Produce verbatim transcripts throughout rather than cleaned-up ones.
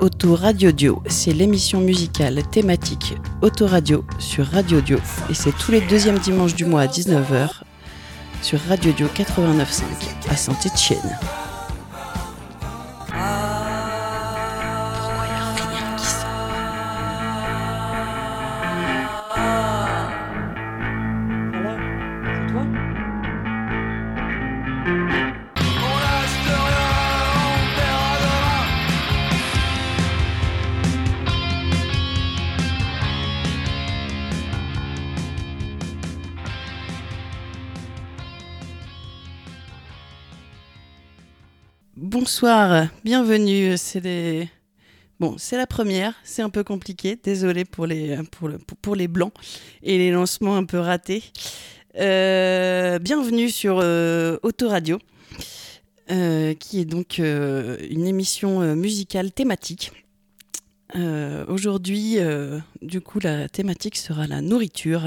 Autoradio Dio, c'est l'émission musicale thématique Autoradio sur Radio Dio et c'est tous les deuxièmes dimanches du mois à dix-neuf heures sur Radio Dio quatre-vingt-neuf virgule cinq à Saint-Étienne. Bonsoir, bienvenue. C'est les... bon, c'est la première, c'est un peu compliqué. Désolée pour les pour le pour les blancs et les lancements un peu ratés. Euh, bienvenue sur euh, Autoradio, euh, qui est donc euh, une émission euh, musicale thématique. Euh, aujourd'hui, euh, du coup, la thématique sera la nourriture.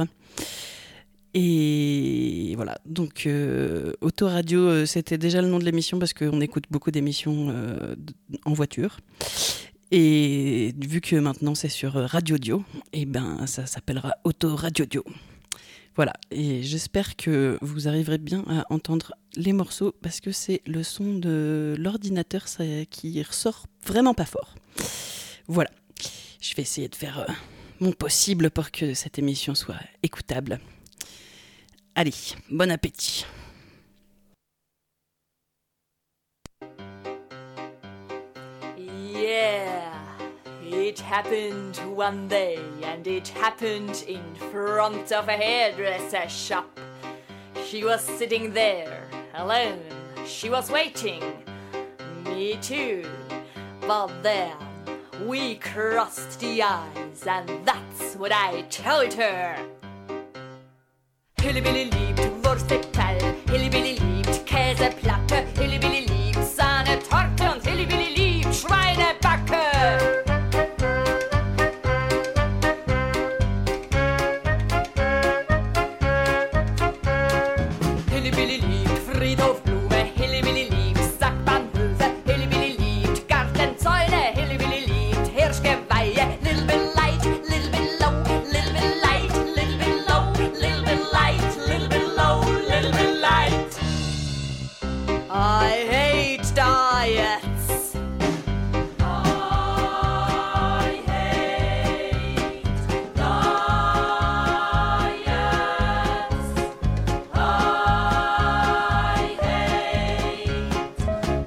Et voilà, donc euh, Autoradio, euh, c'était déjà le nom de l'émission parce qu'on écoute beaucoup d'émissions euh, en voiture. Et vu que maintenant c'est sur Radio Dio, et ben ça s'appellera Autoradio Dio. Voilà, et j'espère que vous arriverez bien à entendre les morceaux parce que c'est le son de l'ordinateur ça, qui ressort vraiment pas fort. Voilà, je vais essayer de faire euh, mon possible pour que cette émission soit écoutable. Allez, bon appétit. Yeah, it happened one day, and it happened in front of a hairdresser shop. She was sitting there, alone, she was waiting, me too. But then, we crossed the eyes, and that's what I told her. Hillbilly liebt Wurstelpfell, Hillbilly liebt Käseplatte, Hillbilly liebt Sahnetorte und Hillbilly liebt Schweinebacke. Hillbilly liebt Friedhofblume, Hillbilly liebt Sackbahnhöfe, Hillbilly liebt Gartenzäune, Hillbilly liebt Hirschgeweihe, little bit light, little bit low, little bit light, little bit low, little bit light, little bit low, little bit light. I hate diets. I hate diets. I hate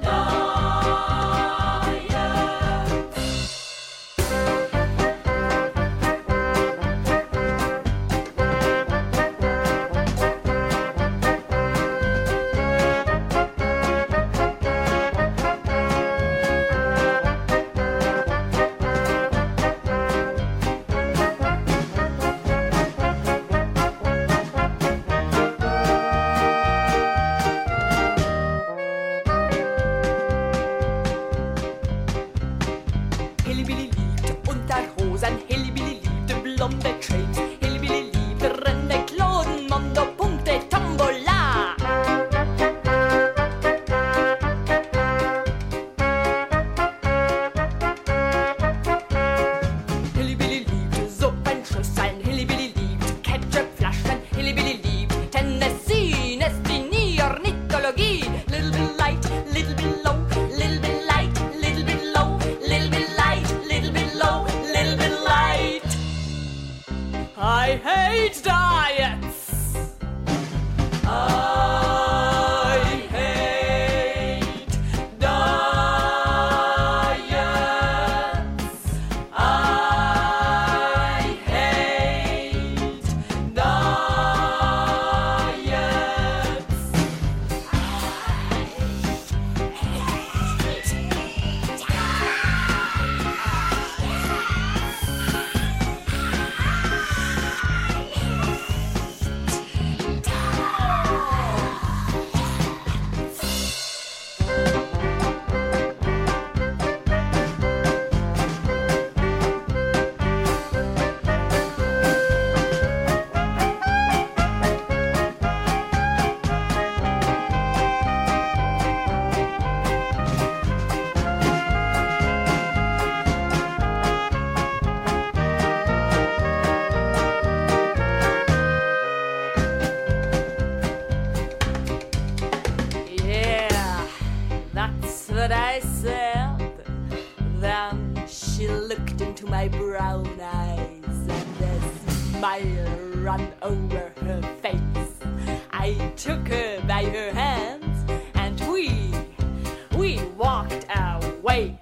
Hillbilly liebt Unterhosen, Hillbilly liebt blonde Crepes, Hillbilly liebt Renne, Kloden, Mondo, Punkte, Tombola. Hillbilly liebt Suppenschüsseln, Hillbilly liebt Ketchupflaschen, Hillbilly liebt Tennessee, Nestini, Ornithologie. Little bit light, little bit low, little bit light, little bit low, little bit light, little bit low, little bit light. I hate diets. I hate diets. I hate diets. she looked into my brown eyes and a smile ran over her face. I took her by her hands and we, we walked away.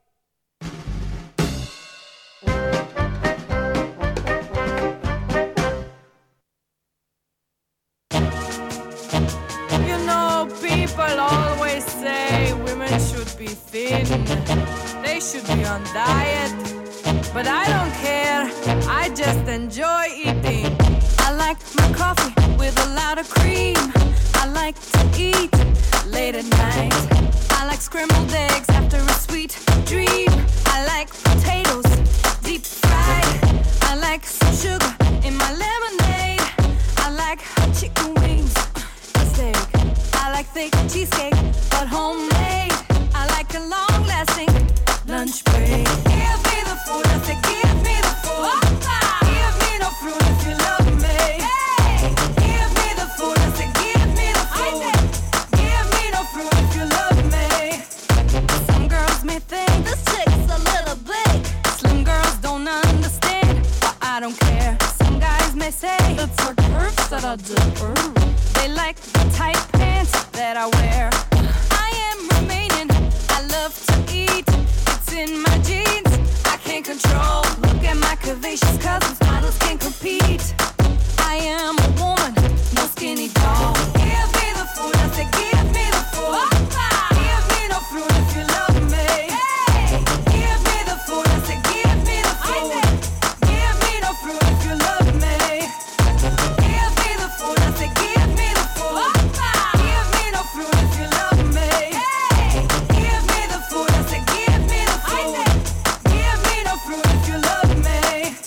You know, people always say women should be thin, they should be on diet, but I don't care, I just enjoy eating. I like my coffee with a lot of cream, I like to eat late at night, I like scrambled eggs after a sweet dream, I like potatoes deep fried, I like some sugar in my lemonade, I like hot chicken wings, steak, I like thick cheesecake but homemade, I like a long-lasting lunch break. Give me the food, I say give me the food. Opa! Give me no fruit if you love me. Hey! Give me the food, I say give me the food. Give me no fruit if you love me. Some girls may think this chick's a little big. Slim girls don't understand, but I don't care. Some guys may say it's her curves that I do. They like the tight pants that I wear. I am remaining, I love to eat. It's in my genes, I can't control. Look at my curvaceous cousins, models can't compete. I am a woman, no skinny doll. Give me the food, I say give me the food. Opa! Give me no fruit if you love me. Hey! Give me the food, I say give me the food. Give me no fruit if you love me. Give me the food, I say give me the food. Opa! Give me no fruit if you love me. Hey! Give me the food, I say give me the food. Give me no fruit if you love me.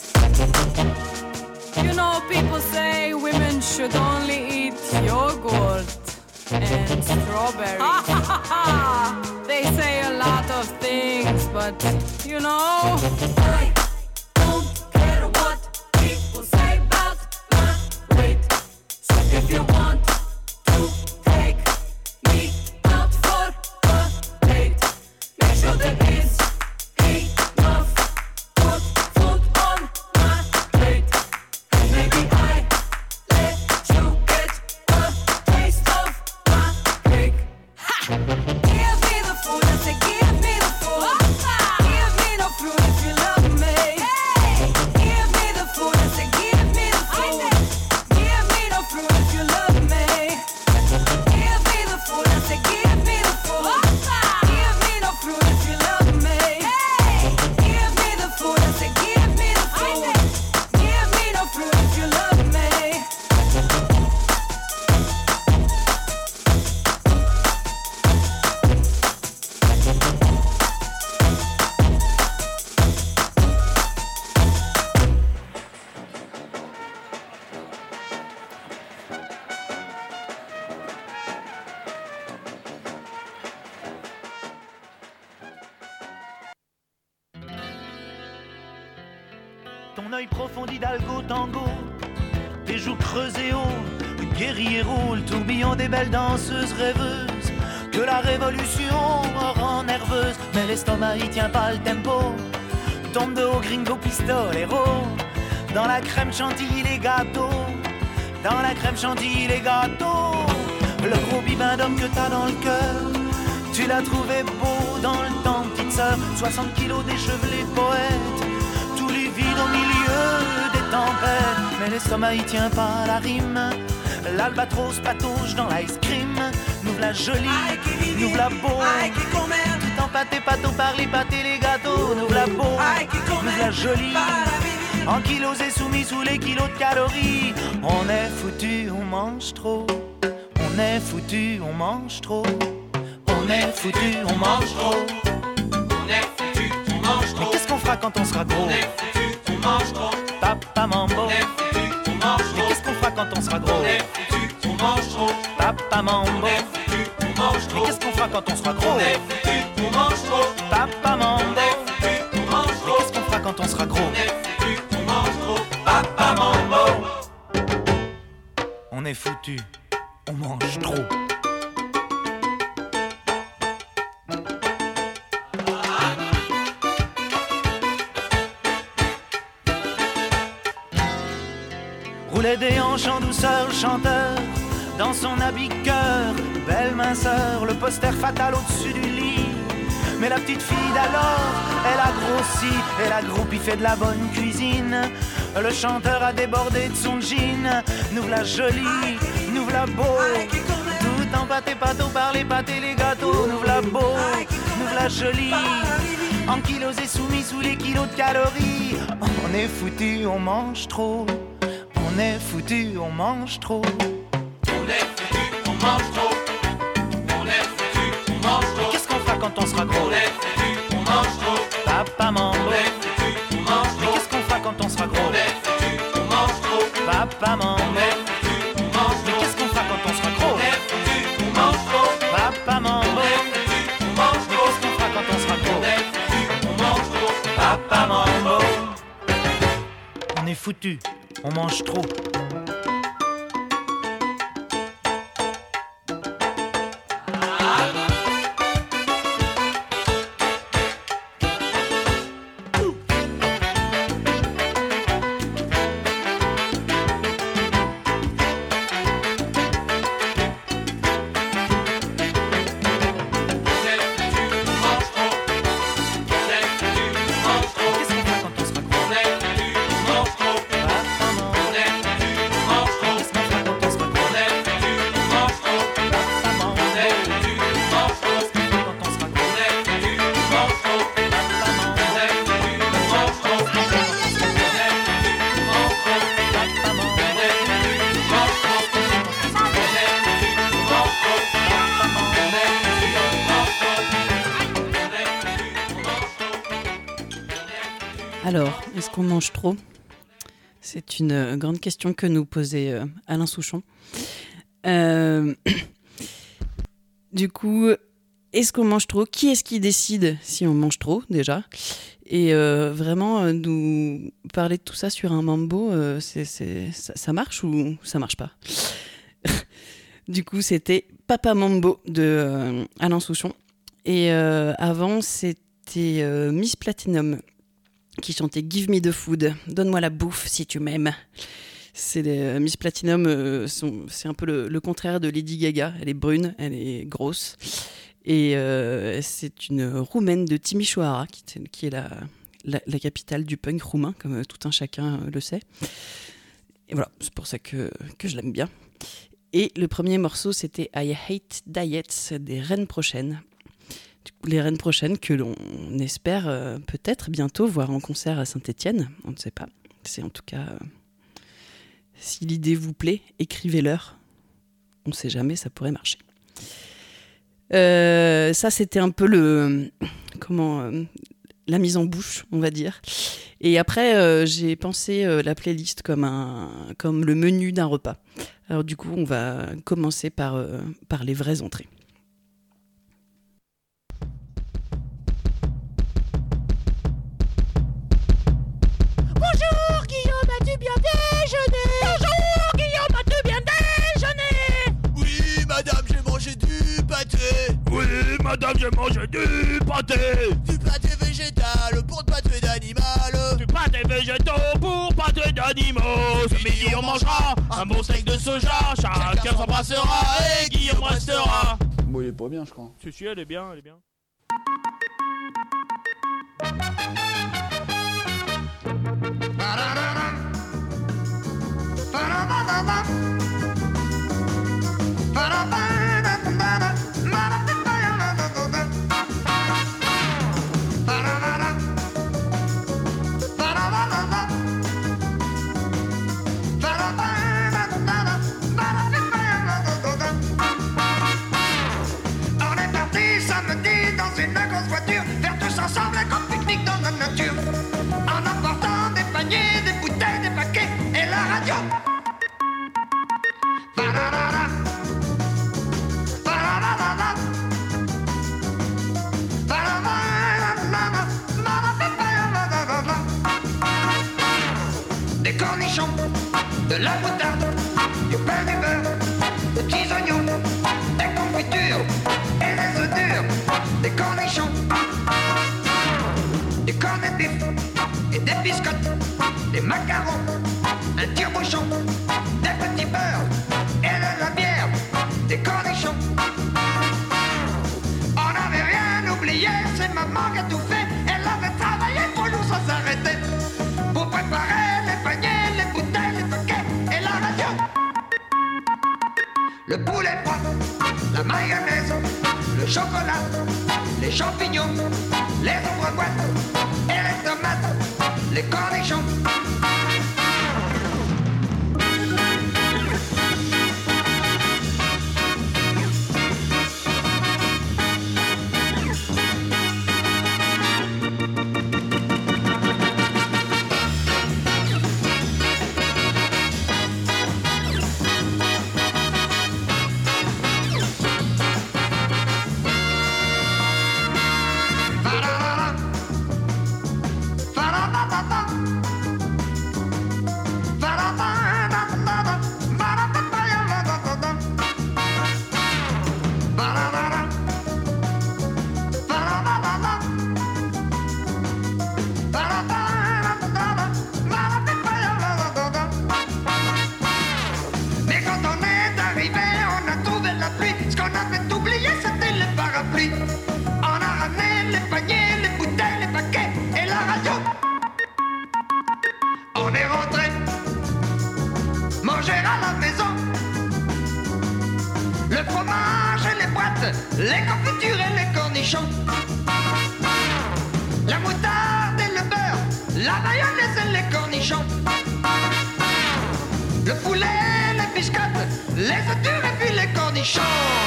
You know, people say women should only eat yogurt and strawberries. They say a lot of things, but you know, I don't care what people say about my weight. So if you want to take me out for a date, make sure there is enough good food on my plate. And maybe I let you get a taste of my cake. Ha! Give me the food, I say give me the food. Opa! Give me no fruit if you love me. Hey! Give me the food, I say give me the food. Give me no fruit if you love me. Give me the food, I say give me the food. Opa! Give me no fruit if you love me. Hey! Give me the food, I say give me the food. Give me no fruit if you love me. Ton œil profond d'Hidalgo tango, tes joues creusées haut, guerrier roule, tourbillon des belles danseuses rêveuses, que la révolution rend nerveuse, mais l'estomac y tient pas le tempo, tombe de haut gringo pistolero, dans la crème chantilly les gâteaux, dans la crème chantilly les gâteaux, le gros bibin d'homme que t'as dans le cœur, tu l'as trouvé beau dans le temps, petite sœur, soixante kilos d'échevelé poète, vide au milieu des tempêtes, mais l'estomac y tient pas la rime. L'albatros patauge dans l'ice cream. Nous la jolie, nous la beau. Tout empâté, pâteau par les pâtés, les gâteaux. Nous la beau, nous la jolie. En kilos et soumis sous les kilos de calories. On est foutu, on mange trop. On est foutu, on mange trop. On est foutu, on mange trop. On est foutu, on mange trop. Mais qu'est-ce qu'on fera quand on sera gros? On est foutu, on mange trop. Papa Mambo. On est foutu, on mange trop. Mais qu'est-ce qu'on fera quand on sera gros? On est foutu, on mange trop. Papa Mambo. On est foutu, on mange trop. Mais qu'est-ce qu'on fera quand on sera gros? On est foutu, on mange trop. Papa Mambo. On est foutu, on mange Mais trop. qu'est-ce qu'on fera quand on sera gros? On est foutu, on mange trop. Papa Mambo. On est foutu, on mange trop. roulait des hanches en douceur, le chanteur, dans son habit cœur, belle minceur, le poster fatal au-dessus du lit. Mais la petite fille d'alors, elle a grossi, elle a groupi, fait de la bonne cuisine. Le chanteur a débordé de son jean. Nous v'là jolie, nous v'là beau, tout empâté pâteau par les pâtes et les gâteaux. Nous v'là beau, nous v'là jolie, en kilos et soumis sous les kilos de calories. On est foutu, on mange trop. On est foutu, on mange trop. On est foutu, on mange trop. On est foutu, on mange trop. Qu'est-ce qu'on fera quand on sera gros? On est foutu, on mange trop. Papa Mambo. On est foutu, on mange Mais trop. qu'est-ce qu'on fera quand on sera gros? On est foutu, on mange trop. Papa Mambo. On est foutu, on mange Mais trop. qu'est-ce qu'on fera quand on sera gros? On est foutu, on mange trop. Papa Mambo. On est foutu, on mange Mais trop. qu'est-ce qu'on fera quand on sera gros? On est foutu, on mange trop. Papa Mambo. On est foutu, on mange trop. Alors, est-ce qu'on mange trop ? C'est une euh, grande question que nous posait euh, Alain Souchon. Euh, du coup, est-ce qu'on mange trop ? Qui est-ce qui décide si on mange trop, déjà ? Et euh, vraiment, euh, nous parler de tout ça sur un mambo, euh, c'est, c'est, ça, ça marche ou ça marche pas ? Du coup, c'était Papa Mambo de euh, Alain Souchon. Et euh, avant, c'était euh, Miss Platinum qui chantait Give me the food, donne-moi la bouffe si tu m'aimes. C'est les, euh, Miss Platinum, euh, sont, c'est un peu le, le contraire de Lady Gaga. Elle est brune, elle est grosse. Et euh, c'est une Roumaine de Timișoara, qui, qui est la, la, la capitale du punk roumain, comme tout un chacun le sait. Et voilà, c'est pour ça que, que je l'aime bien. Et le premier morceau, c'était I Hate Diets des Reines Prochaines. Les Reines Prochaines que l'on espère euh, peut-être bientôt voir en concert à Saint-Étienne. On ne sait pas. C'est en tout cas... Euh, si l'idée vous plaît, écrivez-leur. On ne sait jamais, ça pourrait marcher. Euh, ça, c'était un peu le... Comment... Euh, la mise en bouche, on va dire. Et après, euh, j'ai pensé euh, la playlist comme, un, comme le menu d'un repas. Alors du coup, on va commencer par, euh, par les vraies entrées. Bonjour Guillaume, as-tu bien déjeuné? Bonjour Guillaume, as-tu bien déjeuné? Oui, madame, j'ai mangé du pâté. Oui, madame, j'ai mangé du pâté. Du pâté végétal pour de pâté d'animal. Du pâté végétaux pour pâté d'animaux. Ce midi, on mangera un bon steak de soja. Chacun s'embrassera et Guillaume restera. Bon, il est pas bien, je crois. Si, si, elle est bien, elle est bien. On est parti samedi dans une grosse voiture, faire tous ensemble un grand pique-nique dans la nature, en emportant des paniers, des bouteilles, des paquets et la radio. Ba-da-da-da. Ba-da-da-da-da. Ba-da-da-da-da-da. Des cornichons, de la moutarde, du pain du beurre, des petits oignons, des confitures et des œufs durs, des cornichons, des cornets de bif et des biscottes, des macarons, un tire-bouchon, des petits beurres et de la bière, des cornichons. On n'avait rien oublié, c'est maman qui a tout fait. Elle avait travaillé pour nous sans s'arrêter, pour préparer les paniers, les bouteilles, les paquets et la radio. Le poulet froid, la mayonnaise, le chocolat, les champignons, les ouvre-boîtes et les tomates, les cornichons. Les confitures et les cornichons, la moutarde et le beurre, la mayonnaise et les cornichons, le poulet, les biscottes, les œufs durs et puis les cornichons.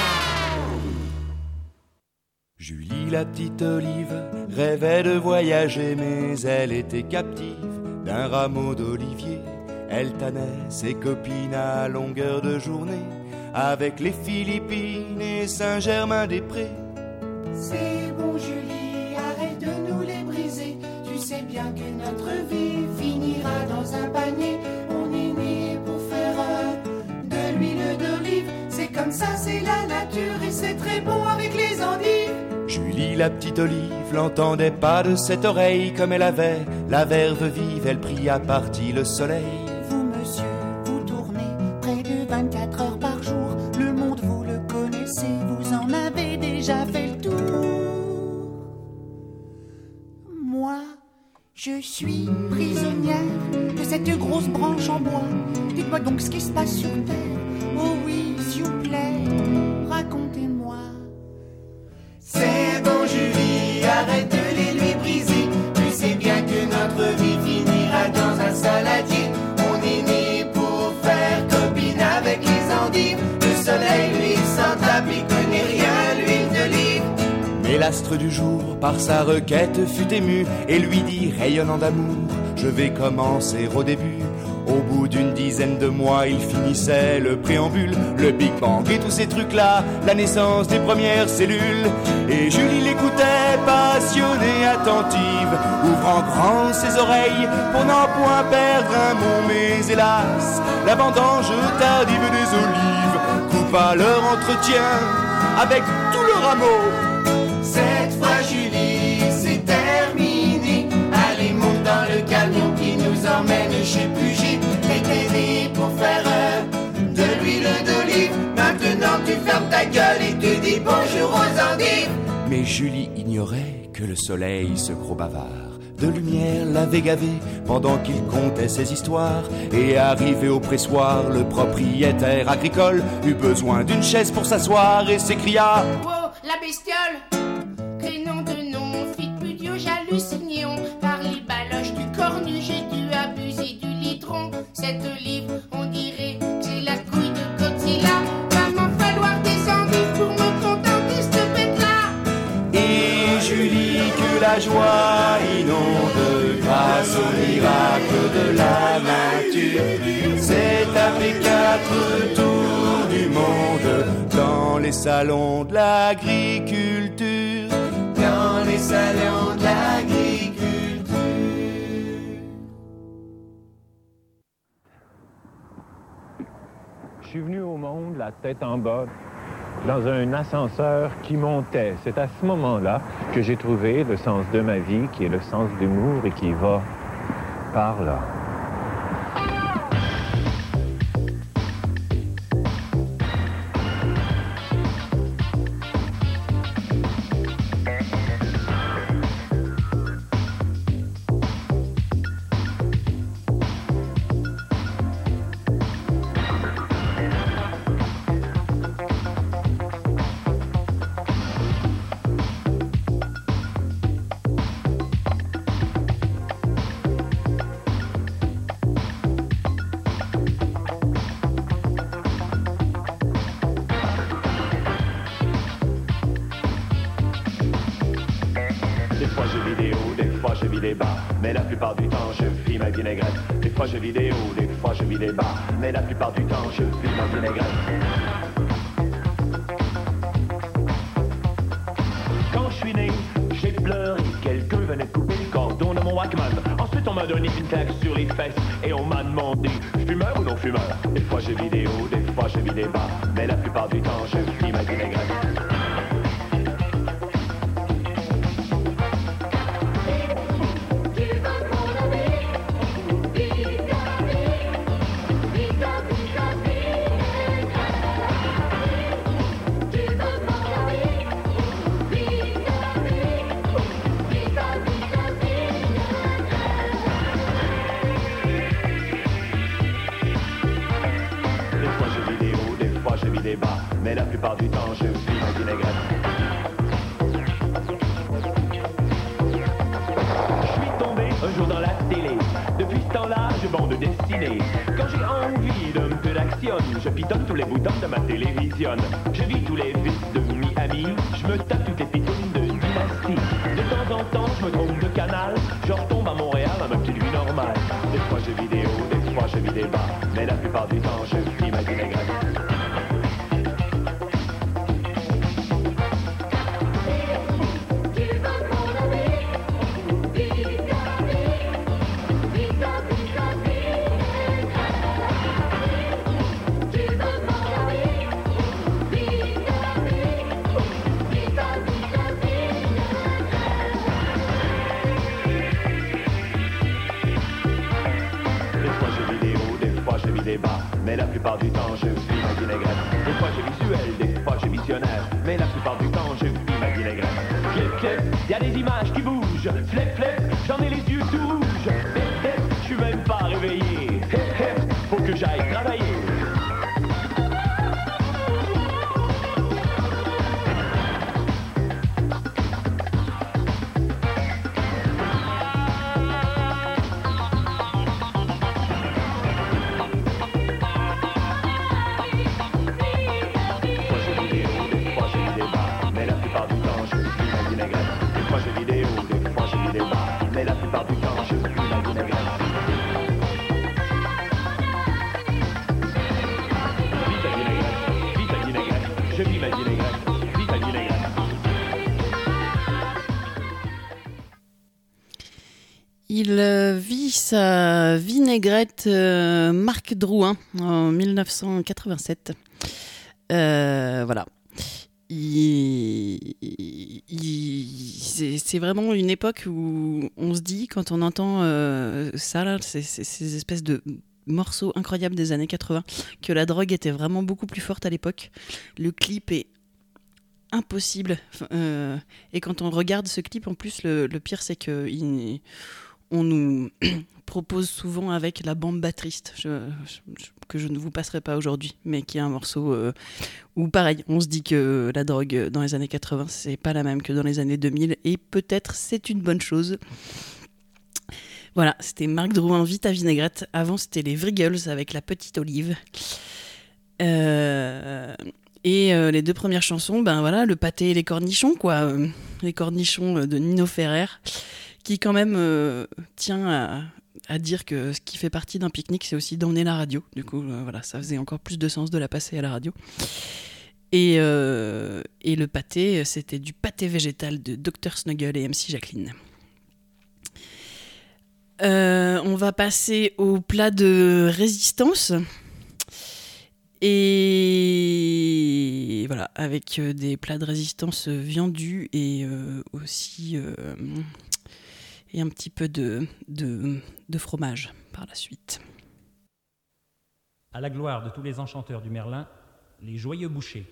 Julie la petite olive rêvait de voyager, mais elle était captive d'un rameau d'olivier. Elle tannait ses copines à longueur de journée, avec les Philippines et Saint-Germain-des-Prés. C'est bon Julie, arrête de nous les briser. Tu sais bien que notre vie finira dans un panier. On est né pour faire de l'huile d'olive. C'est comme ça, c'est la nature et c'est très bon avec les endives. Julie la petite olive l'entendait pas de cette oreille. Comme elle avait la verve vive, elle pria parti le soleil. Vous monsieur, vous tournez près de vingt-quatre heures par jour. Le monde vous le connaissez, vous en avez déjà fait le tour. Moi, je suis prisonnière de cette grosse branche en bois. Dites-moi donc ce qui se passe sur terre. Oh oui, s'il vous plaît, racontez-moi. C'est bon Julie, arrête de les lui briser. Tu sais bien que notre vie finira dans un saladier. On est né pour faire copine avec les endives. Le soleil lui s'en tape, il connaît rien, l'huile d'olive. Mais l'astre du jour par sa requête fut ému et lui dit rayonnant d'amour, je vais commencer au début. Au bout d'une dizaine de mois, il finissait le préambule, le Big Bang et tous ces trucs-là, la naissance des premières cellules. Et Julie l'écoutait, passionnée, attentive, ouvrant grand ses oreilles pour n'en point perdre un mot. Mais hélas, la vendange tardive des olives coupa leur entretien avec tout le rameau. Cette fois Julie, c'est terminé. Allez, monte dans le camion qui nous emmène chez Puget. T'étais né pour faire de l'huile d'olive. Maintenant tu fermes ta gueule et tu dis bonjour aux endives. Mais Julie ignorait que le soleil, ce gros bavard de lumière, l'avait gavé pendant qu'il comptait ses histoires. Et arrivé au pressoir, le propriétaire agricole eut besoin d'une chaise pour s'asseoir et s'écria: oh, la bestiole! Crénom de nom, fit plus Dieu, j'hallucinions. Par les baloches du cornu, j'ai dû abuser du litron. Cette olive, on dirait que c'est la couille de Godzilla. Va m'en falloir des endives pour me contenter cette bête-là. Et Julie, que la joie inonde grâce au miracle de la nature, s'est tapé quatre tours du monde dans les salons de l'agriculture. Dans les salons de l'agriculture. Je suis venu au monde la tête en bas dans un ascenseur qui montait. C'est à ce moment-là que j'ai trouvé le sens de ma vie, qui est le sens d'humour et qui va par là. je vis des bars, mais la plupart du temps je vis ma vinaigrette. Des fois je vis des hauts, des fois je vis des bas, mais la plupart du temps je vis ma vinaigrette. Quand je suis né, j'ai pleuré, quelqu'un venait de couper le cordon de mon Walkman. Ensuite on m'a donné une claque sur les fesses et on m'a demandé, fumeur ou non fumeur? Des fois je vis des hauts, des fois je vis des bas, mais la plupart du temps je vis ma vinaigrette. Mais la plupart du temps je vis ma vinaigrette. Je suis tombé un jour dans la télé. Depuis ce temps-là je bande dessinée. Quand j'ai envie d'un peu d'action, je pitonne tous les boutons de ma télévision. Je vis tous les vices de Miami. Je me tape toutes les pitounes de Dynastie. De temps en temps je me trompe de canal. Je retombe à Montréal à ma petite vie normale. Des fois je vis des hauts, des fois je vis des bas, mais la plupart du temps je vis ma vinaigrette. Mais la plupart du temps je vis ma vinaigrette. Des fois j'ai visuel, des fois j'ai visionnaire, mais la plupart du temps je vis ma vinaigrette. Flip flip, y a des images qui bougent. Flip flip, j'en ai les yeux tout rouges. Hip hip, je suis même pas réveillé. Hip hip, faut que j'aille travailler. Il euh, vit sa vinaigrette euh, Marc Drouin en dix-neuf cent quatre-vingt-sept. Euh, voilà. Il, il, c'est, c'est vraiment une époque où on se dit, quand on entend euh, ça, là, ces, ces, ces espèces de morceaux incroyables des années quatre-vingts, que la drogue était vraiment beaucoup plus forte à l'époque. Le clip est impossible. Euh, et quand on regarde ce clip, en plus, le, le pire, c'est que il, on nous propose souvent avec la bamba triste, je, je, que je ne vous passerai pas aujourd'hui, mais qui est un morceau euh, où, pareil, on se dit que la drogue dans les années quatre-vingts, c'est pas la même que dans les années deux mille, et peut-être c'est une bonne chose. Voilà, c'était Marc Drouin, Vite à vinaigrette. Avant, c'était les Vrigels avec La Petite Olive. Euh... Et euh, les deux premières chansons, ben voilà, Le Pâté et les Cornichons, quoi. Euh, les Cornichons de Nino Ferrer, qui quand même euh, tient à, à dire que ce qui fait partie d'un pique-nique, c'est aussi d'emmener la radio. Du coup, euh, voilà, ça faisait encore plus de sens de la passer à la radio. Et, euh, et le pâté, c'était du pâté végétal de docteur Snuggle et M C Jacqueline. Euh, on va passer au plat de résistance. Et voilà, avec des plats de résistance viandus et euh, aussi euh, et un petit peu de, de, de fromage par la suite. À la gloire de tous les enchanteurs du Merlin, les joyeux bouchers.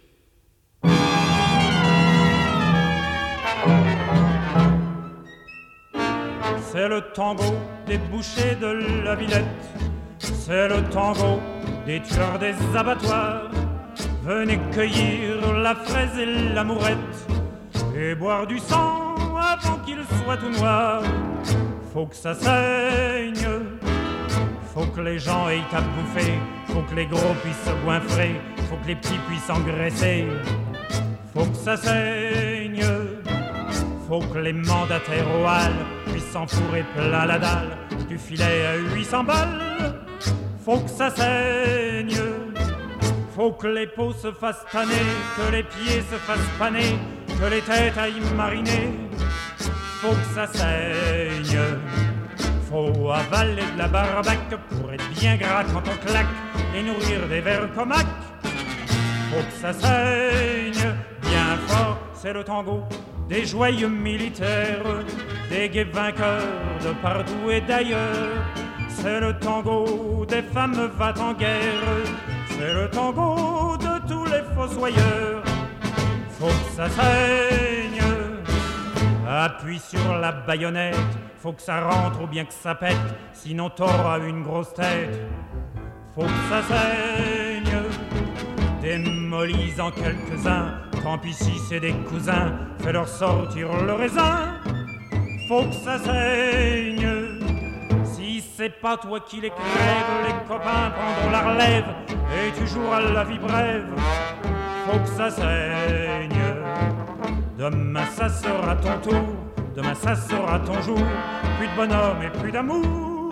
C'est le tango des bouchers de la Villette, c'est le tango des tueurs des abattoirs. Venez cueillir la fraise et l'amourette et boire du sang avant qu'il soit tout noir. Faut que ça saigne, faut que les gens aient à bouffer, faut que les gros puissent se goinfrer, faut que les petits puissent engraisser. Faut que ça saigne, faut que les mandataires au hall puisse s'enfourrer plein la dalle du filet à huit cents balles. Faut que ça saigne, faut que les peaux se fassent tanner, que les pieds se fassent paner, que les têtes aillent mariner. Faut que ça saigne, faut avaler de la barbaque pour être bien gras quand on claque et nourrir des vers comaques. Faut que ça saigne bien fort, c'est le tango des joyeux militaires, des gays vainqueurs de partout et d'ailleurs. C'est le tango des femmes va en guerre, c'est le tango de tous les fossoyeurs. Faut que ça saigne, appuie sur la baïonnette, faut que ça rentre ou bien que ça pète, sinon t'auras une grosse tête. Faut que ça saigne, démolis en quelques-uns, tant pis si c'est des cousins, fais-leur sortir le raisin. Faut que ça saigne, si c'est pas toi qui les crèves, les copains prendront la relève, et tu joueras la vie brève. Faut que ça saigne, demain ça sera ton tour, demain ça sera ton jour, plus de bonhomme et plus d'amour.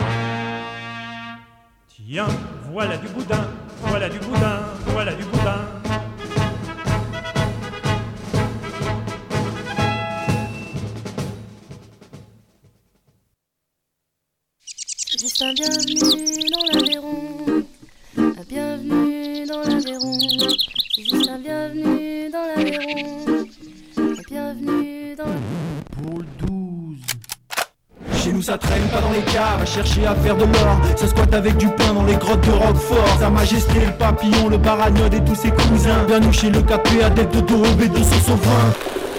Tiens, voilà du boudin, voilà du boudin, voilà du boudin. Juste un bienvenue dans l'Aveyron, un bienvenue dans l'Aveyron. C'est juste un bienvenue dans l'Aveyron, un bienvenue dans l'Aveyron. Pôle douze. Chez nous ça traîne pas dans les caves, à chercher à faire de l'or. Ça squatte avec du pain dans les grottes de Roquefort. Sa Majesté, le papillon, le baragnode et tous ses cousins. Bienvenue chez le K P, adepte de B deux cent vingt.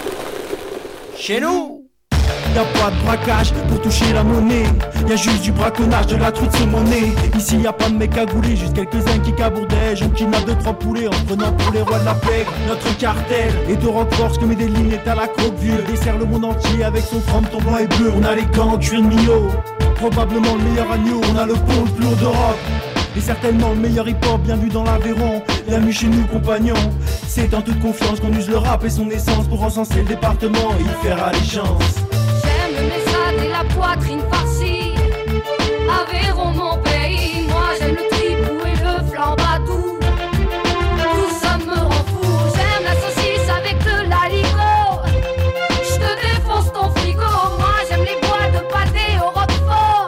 Chez nous y'a pas de braquage pour toucher la monnaie, y'a juste du braconnage, de la truite sur mon nez. Ici y'a pas de mecs cagoulés, juste quelques-uns qui cabourdègent. On kidnappe deux trois poulets en prenant pour les rois de la pègre. Notre cartel est de Roquefort, que Medellin est à la croque vieux. Dessert le monde entier avec son fromageton blanc et bleu. On a les gants, cuir de Mio, probablement le meilleur agneau. On a le pont le plus haut d'Europe et certainement le meilleur hip-hop bien vu dans l'Aveyron. Bienvenue chez nous compagnons, c'est en toute confiance qu'on use le rap et son essence pour encenser le département et y faire allégeance. J'aime le message et la poitrine farcie, Aveyron mon pays. Moi j'aime le tripou et le flambadou, tout ça me rend fou. J'aime la saucisse avec de l'aligot, j'te défonce ton frigo. Moi j'aime les boîtes de pâté au Roquefort,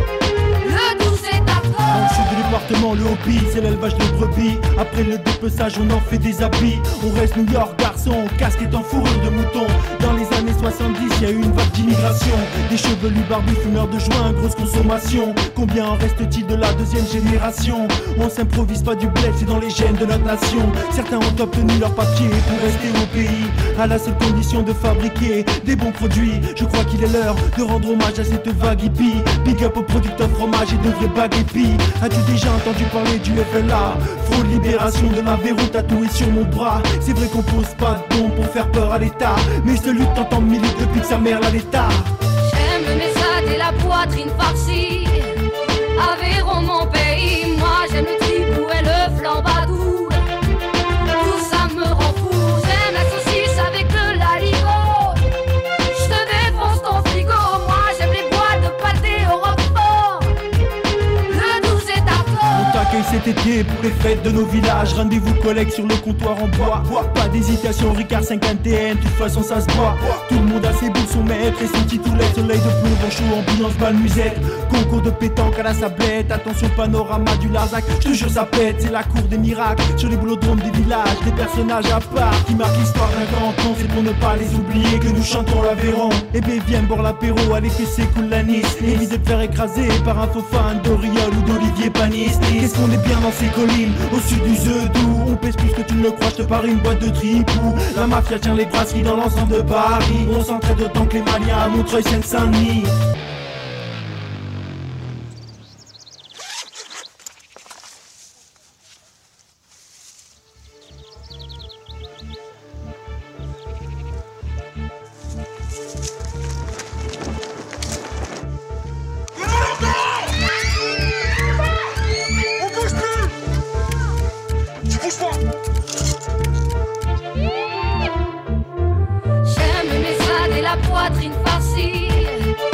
le douze est d'accord. Dans le sud du département, le hobby, c'est l'élevage de brebis. Après le dépeçage, on en fait des habits. On reste New York, garçon, casquette en fourrure de mouton. Dans les années soixante-dix, y a eu une vague d'immigration. Des chevelus barbus, fumeurs de joint, grosse consommation. Combien en reste-t-il de la deuxième génération? On s'improvise pas du bled, c'est dans les gènes de notre nation. Certains ont obtenu leur papier pour rester au pays, à la seule condition de fabriquer des bons produits. Je crois qu'il est l'heure de rendre hommage à cette vague hippie. Big up aux producteurs fromage et de vrais bagues épis. As-tu déjà entendu parler du F L A? Fraude, libération de l'Aveyron tatoué sur mon bras. C'est vrai qu'on pose pas de bombes pour faire peur à l'État, mais ce lutte t'entend milite depuis que sa mère l'a l'État. J'aime le message et la poitrine farcie, Aveyron mon pays. Moi j'aime le tripou et le flambadou, tout ça me rend fou. J'aime la saucisse avec de l'aligot, j'te défonce ton frigo. Moi j'aime les boîtes de pâté au Roquefort, le douze est d'accord. On t'accueille cet été pour les fêtes de nos villages. Rendez-vous collègue sur le comptoir en bois. Pas d'hésitation, Ricard cinquante et un, de toute façon ça se boit. Tout le monde a ses boules, son maître et son titoulet. Soleil de plomb, chaud, ambiance, balle, musette. Concours de pétanque à la sablette. Attention, panorama du Larzac, je te jure ça pète. C'est la cour des miracles, sur les boulodromes des villages. Des personnages à part qui marquent l'histoire d'un grand temps. C'est pour ne pas les oublier que nous chantons l'Aveyron. Et ben viens boire l'apéro, allez que c'est cool l'anis. Évite de te faire écraser par un faux fan d'Oriol ou d'Olivier Panis. Qu'est-ce qu'on est bien dans ces collines, au sud du Zedou. On pèse plus que tu ne le crois, je te parie une boîte de tripou. La mafia tient les brasseries dans l'ensemble de Paris. On s'entraide autant que les Maliens à Montreuil, Seine-Saint-Denis. J'aime le message et la poitrine farcie,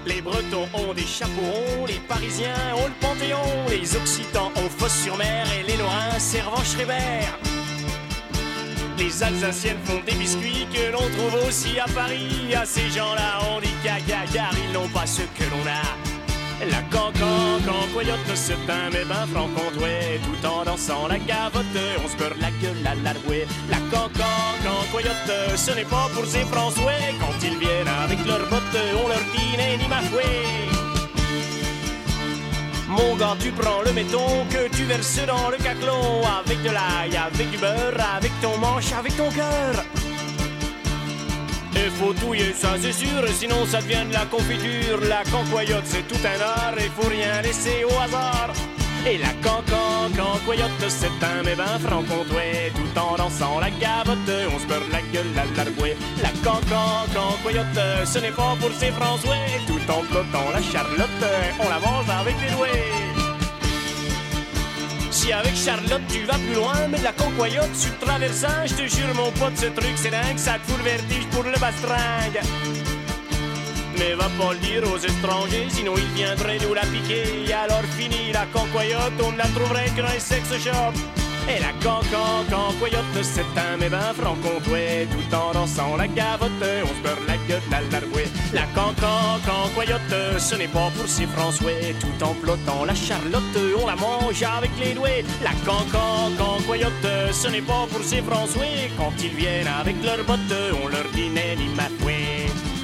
Les Bretons ont des chapeaux ronds, les Parisiens ont le Panthéon, les Occitans ont Fosse-sur-Mer et les Lorrains Servan-Schreiber. Les Alsaciennes font des biscuits que l'on trouve aussi à Paris. À ces gens-là on dit caca car ils n'ont pas ce que l'on a. La cancan, cancoyote, c'est un mébin franc-comtois. Tout en dansant la gavotte, on se beurre la gueule à la rouée. La cancan, cancoyote, ce n'est pas pour ces François. Quand ils viennent avec leurs bottes, on leur dit ni ma fouet. Mon gars, tu prends le méton que tu verses dans le caclon. Avec de l'ail, avec du beurre, avec ton manche, avec ton cœur. Il faut touiller ça c'est sûr, sinon ça devient de la confiture. La cancoyote c'est tout un art, il faut rien laisser au hasard. Et la cancan, cancoyote c'est un mébin franc-comtois. Tout en dansant la gavotte, on se beurre la gueule à l'arbouée. La cancan, cancoyote, ce n'est pas pour ces François. Tout en flottant la charlotte, on la mange avec les doigts. Si avec Charlotte tu vas plus loin, mais de la cancoyote sur le traversant, je te jure mon pote, ce truc c'est dingue, ça te fout le vertige pour le bastringue. Mais va pas le dire aux étrangers, sinon ils viendraient nous la piquer. Alors fini la cancoyote, on ne la trouverait que dans les sex shops. Et la cancan, cancoyote, c'est un mébin franc-comtois. Tout en dansant la gavotte, on se beurre la gueule à l'arouée. La cancan, cancoyote, ce n'est pas pour ces François. Tout en flottant la charlotte, on la mange avec les doigts. La cancan, cancoyote, ce n'est pas pour ces François. Quand ils viennent avec leurs bottes, on leur dit nenni ma fouet.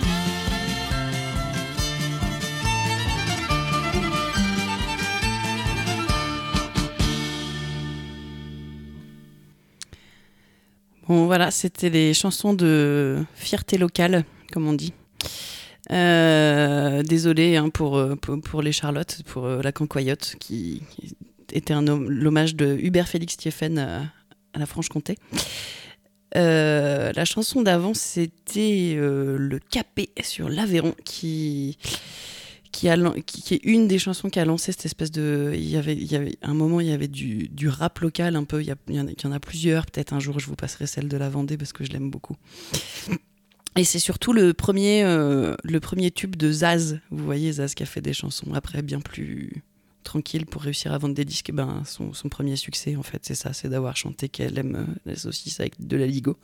Bon voilà, c'était les chansons de fierté locale, comme on dit. Euh, désolé hein, pour, pour, pour les Charlottes, pour euh, la cancoyote, qui, qui était un homme, l'hommage de Hubert Félix Thieffen à, à la Franche-Comté. Euh, la chanson d'avant, c'était euh, le Capet sur l'Aveyron, qui... Qui, a, qui, qui est une des chansons qui a lancé cette espèce de... Il y avait, il y avait un moment, il y avait du, du rap local un peu. Il y, a, il, y en a, il y en a plusieurs. Peut-être un jour, je vous passerai celle de la Vendée parce que je l'aime beaucoup. Et c'est surtout le premier, euh, le premier tube de Zaz. Vous voyez, Zaz qui a fait des chansons après bien plus tranquilles pour réussir à vendre des disques. Et ben, son, son premier succès, en fait, c'est ça. C'est d'avoir chanté qu'elle aime la saucisse avec de la Ligo.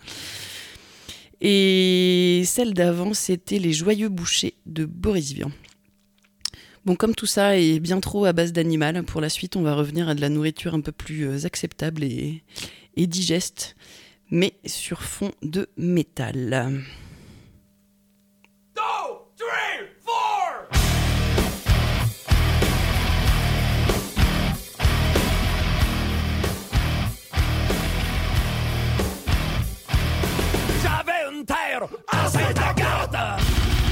Et celle d'avant, c'était Les Joyeux Bouchers de Boris Vian. Bon, comme tout ça est bien trop à base d'animal, pour la suite, on va revenir à de la nourriture un peu plus acceptable et, et digeste, mais sur fond de métal. J'avais une terre à Sainte-Agathe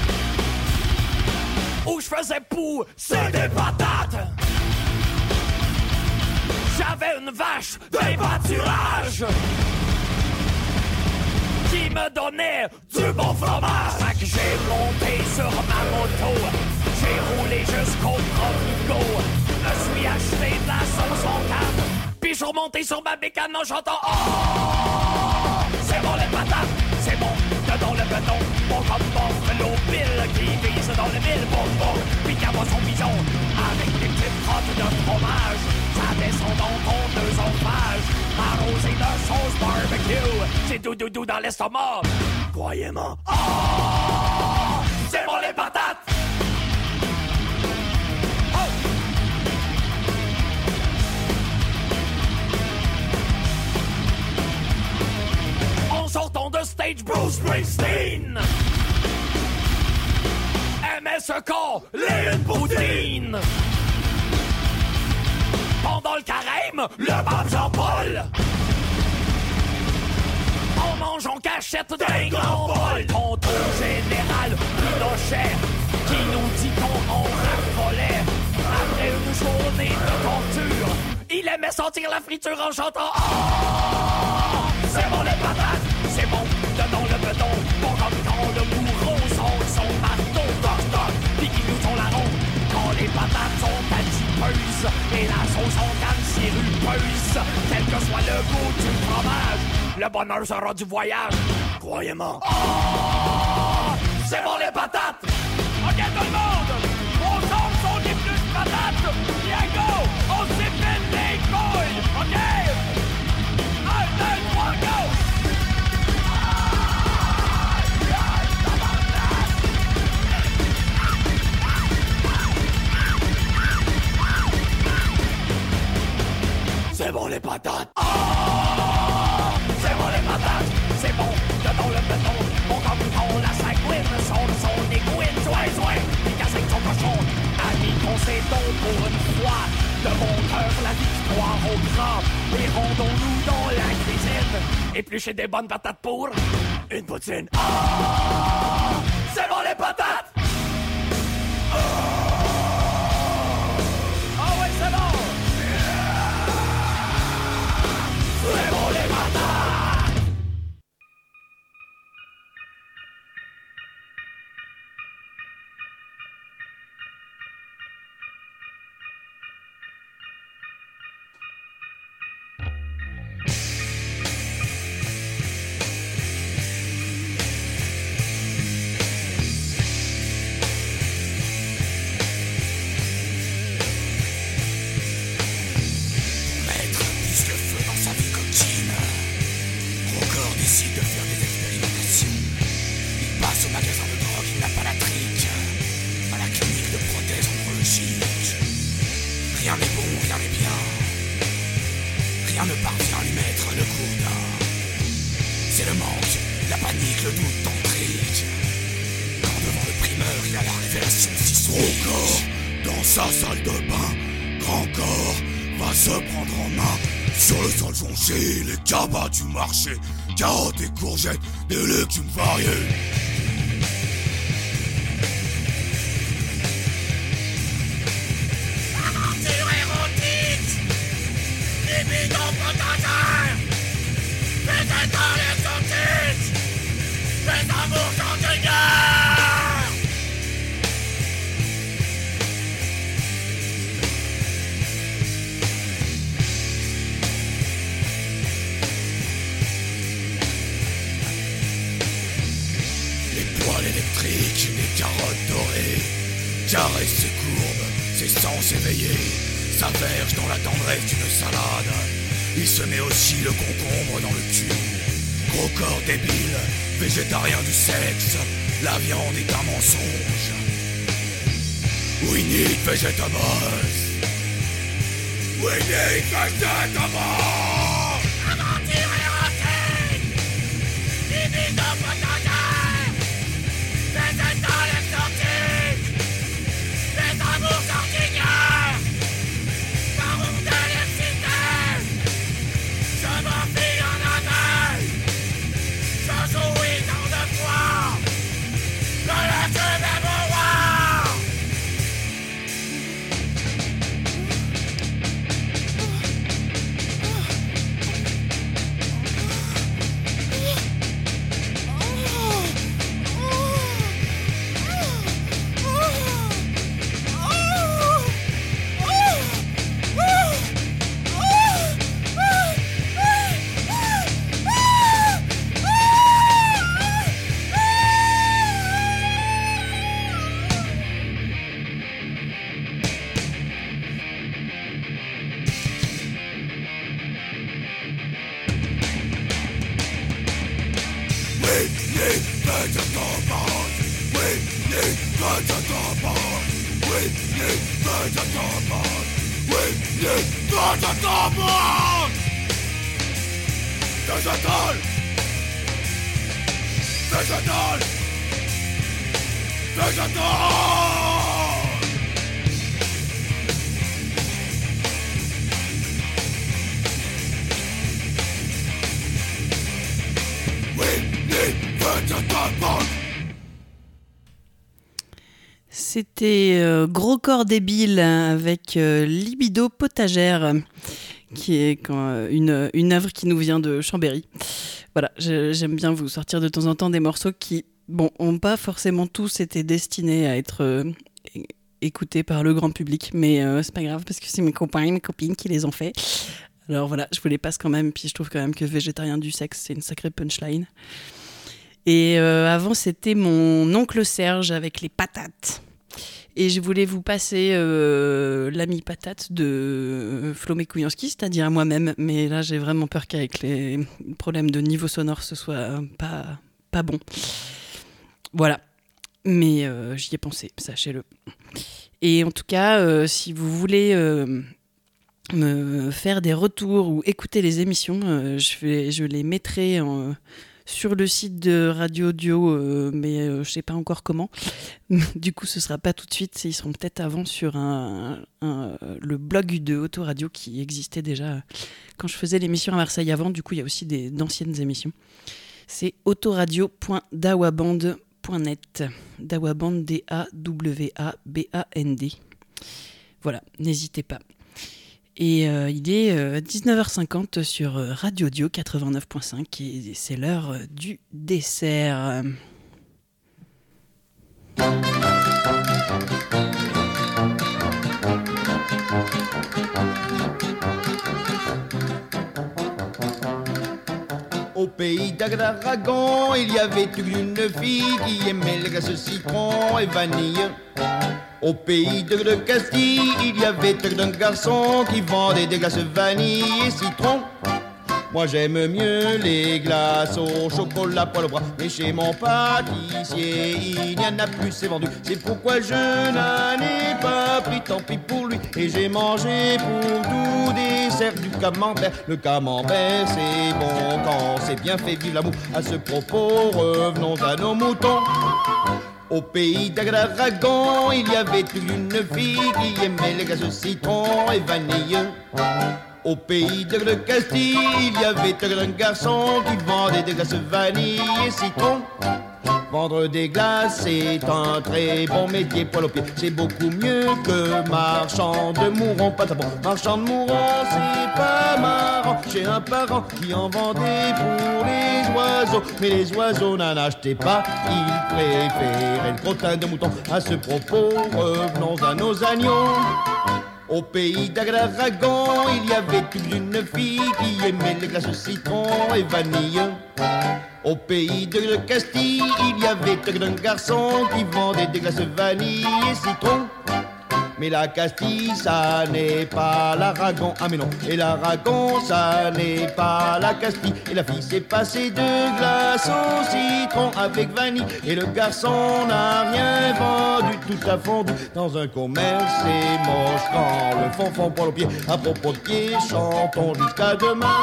où je faisais pousser des patates. J'avais une vache de pâturage qui me donnait du bon fromage. Fait que j'ai monté sur ma moto, j'ai roulé jusqu'au Provigo, me suis acheté de la sauce en canne, puis je suis remonté sur ma bécane en chantant oh, c'est bon les patates, c'est bon dedans le béton, bon comme bon vélo pile qui vise dans le mille, bon bon, puis qu'à boit son bison avec des petites crottes de fromage, ça descend dans ton œsophage, arrosé de sauce barbecue, c'est doudou dans l'estomac, croyez-moi, oh, c'est bon les patates. Sortons de stage Bruce Springsteen aimait ce corps, les une poutine. Pendant le carême, le pape Jean-Paul en mange en cachette d'un grand bol. Tonton général Pinochet qui nous dit qu'on en raffolait après une journée de torture. Il aimait sentir la friture en chantant oh, c'est bon les patates, c'est bon dedans le béton, bon comme quand le bourreau sort son marteau, toc toc, pis qui nous sont la ronde, quand les patates sont adipeuses et la sauce en canne sirupeuse, quel que soit le goût du fromage, le bonheur sera du voyage, croyez-moi. Oh, c'est bon les patates. Ok tout le monde. bon les patates. Oh, c'est bon les patates, c'est bon, dedans le béton. Mon grand bouton, la sanguine, son son des couines, soin, soin, les cassettes sont cochons. Amis, qu'on s'est donc pour une fois, de mon cœur la victoire au grand. Et rendons-nous dans la cuisine, éplucher des bonnes patates pour une poutine. Oh, c'est bon les patates. Oh, oh ouais, c'est bon. C'est bon les patates. Les cabas du marché, carottes et courgettes, des légumes variés. Aventure érotique, des bidons potagères, des étoiles exotiques, des amours champignon. Électrique, des carottes dorées, caresse ses courbes, ses sens éveillés, sa verge dans la tendresse d'une salade. Il se met aussi le concombre dans le cul. Gros corps débile, végétarien du sexe, la viande est un mensonge. We need vegetables. We need vegetables. Aventure érotique, des bidons potagères, des étoiles exotiques, des amours jardinières, par où de l'excité, je m'enfile en abeille, je jouis tant de fois, je laisse même au roi. Végétal! Végétal! Végétal! We need vegetable! C'était euh, Gros corps débile avec euh, Libido potagère, qui est quand, une, une œuvre qui nous vient de Chambéry. Voilà, je, j'aime bien vous sortir de temps en temps des morceaux qui, bon, n'ont pas forcément tous été destinés à être euh, écoutés par le grand public, mais euh, c'est pas grave parce que c'est mes copains et mes copines qui les ont fait. Alors voilà, je vous les passe quand même, puis je trouve quand même que végétarien du sexe, c'est une sacrée punchline. Et euh, avant, c'était mon oncle Serge avec les patates. Et je voulais vous passer euh, l'ami patate de Flomé Kouyanski, c'est-à-dire moi-même. Mais là, j'ai vraiment peur qu'avec les problèmes de niveau sonore, ce soit pas, pas bon. Voilà. Mais euh, j'y ai pensé, sachez-le. Et en tout cas, euh, si vous voulez euh, me faire des retours ou écouter les émissions, euh, je, vais, je les mettrai en, sur le site de Radio Audio, euh, mais euh, je ne sais pas encore comment. Du coup, ce ne sera pas tout de suite, ils seront peut-être avant sur un, un, le blog de Autoradio qui existait déjà quand je faisais l'émission à Marseille avant. Du coup, il y a aussi des, d'anciennes émissions. C'est autoradio point dawaband point net. Dawaband, D A W A B A N D. Voilà, n'hésitez pas. Et euh, il est euh, dix-neuf heures cinquante sur Radio Audio quatre-vingt-neuf point cinq et c'est l'heure du dessert. Au pays d'Aragon, il y avait une fille qui aimait les glaces citron et vanille. Au pays de, de Castille, il y avait un garçon qui vendait des glaces vanille et citron. Moi j'aime mieux les glaces au chocolat poil au bras, mais chez mon pâtissier il n'y en a plus, c'est vendu. C'est pourquoi je n'en ai pas pris, tant pis pour lui. Et j'ai mangé pour tout dessert du camembert. Le camembert c'est bon quand c'est bien fait, vive l'amour. À ce propos, revenons à nos moutons. Au pays d'Aragon, il y avait une fille qui aimait les glaces citron et vanille. Au pays de Castille, il y avait un garçon qui vendait des glaces vanille et citron. Vendre des glaces, c'est un très bon métier, poil au pied. C'est beaucoup mieux que marchand de mourons, pas bon. Marchand de mourons, c'est pas marrant. J'ai un parent qui en vendait pour les oiseaux, mais les oiseaux n'en achetaient pas. Ils préféraient le crottin de mouton. À ce propos, revenons à nos agneaux. Au pays d'Aragon, il y avait une fille qui aimait les glaces citron et vanille. Au pays de Castille, il y avait un garçon qui vendait des glaces vanille et citron. Mais la Castille, ça n'est pas l'Aragon, ah mais non. Et l'Aragon, ça n'est pas la Castille. Et la fille s'est passée de glace au citron avec vanille. Et le garçon n'a rien vendu, tout a fondu dans un commerce. C'est moche quand le fond fond poil au pied. À propos de pied, chantons jusqu'à demain.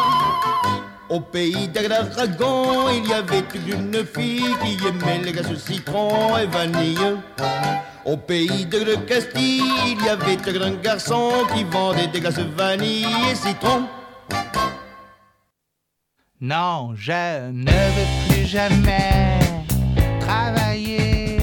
Au pays d'Aragon, il y avait une fille qui aimait les glaces citron et vanille. Au pays de Castille, il y avait un garçon qui vendait des glaces vanille et citron. Non, je ne veux plus jamais travailler,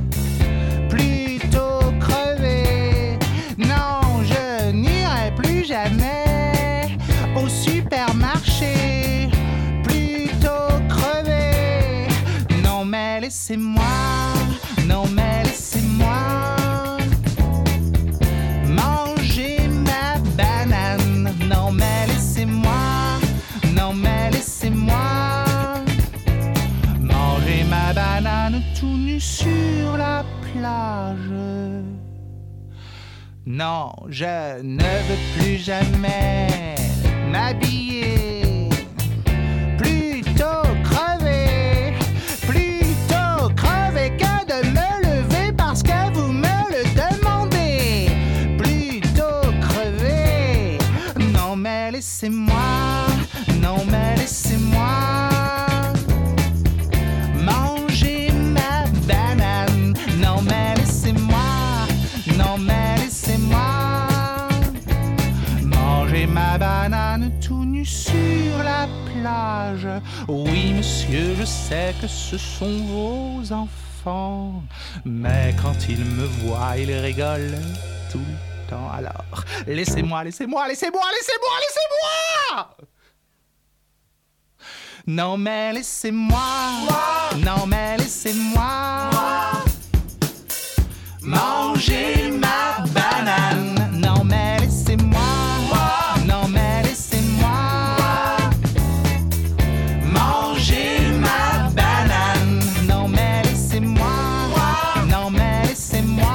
plutôt crever. Non, je n'irai plus jamais au supermarché, plutôt crever. Non mais laissez-moi, non mais laissez-moi manger ma banane. Non mais laissez-moi, non mais laissez-moi manger ma banane tout nu sur la plage. Non, je ne veux plus jamais m'habiller, plutôt crever, plutôt crever que de me lever parce que vous me le demandez. Plutôt crever, non mais laissez-moi, non mais laissez-moi manger ma banane. Non mais laissez-moi, non mais laissez-moi manger ma banane tout nu sur la plage. Oui monsieur, je sais que ce sont vos enfants, mais quand ils me voient, ils rigolent tout le temps. Alors laissez-moi, laissez-moi, laissez-moi, laissez-moi, laissez-moi. Non mais laissez-moi, non mais laissez-moi manger ma banane. Non mais laissez-moi, non mais laissez-moi manger ma banane. Non mais laissez-moi, non mais laissez-moi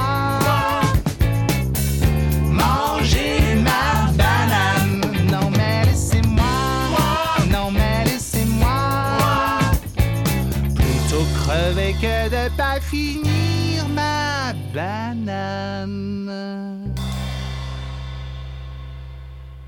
manger ma banane. Non mais laissez-moi, non mais laissez-moi plutôt crever que de pas finir ma banane.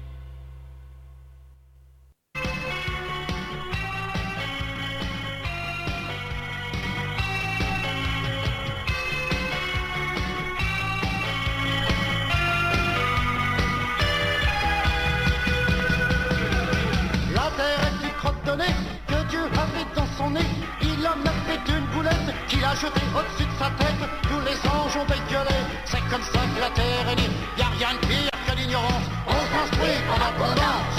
comme ça que la terre est libre. Y'a rien de pire que l'ignorance, on construit en abondance.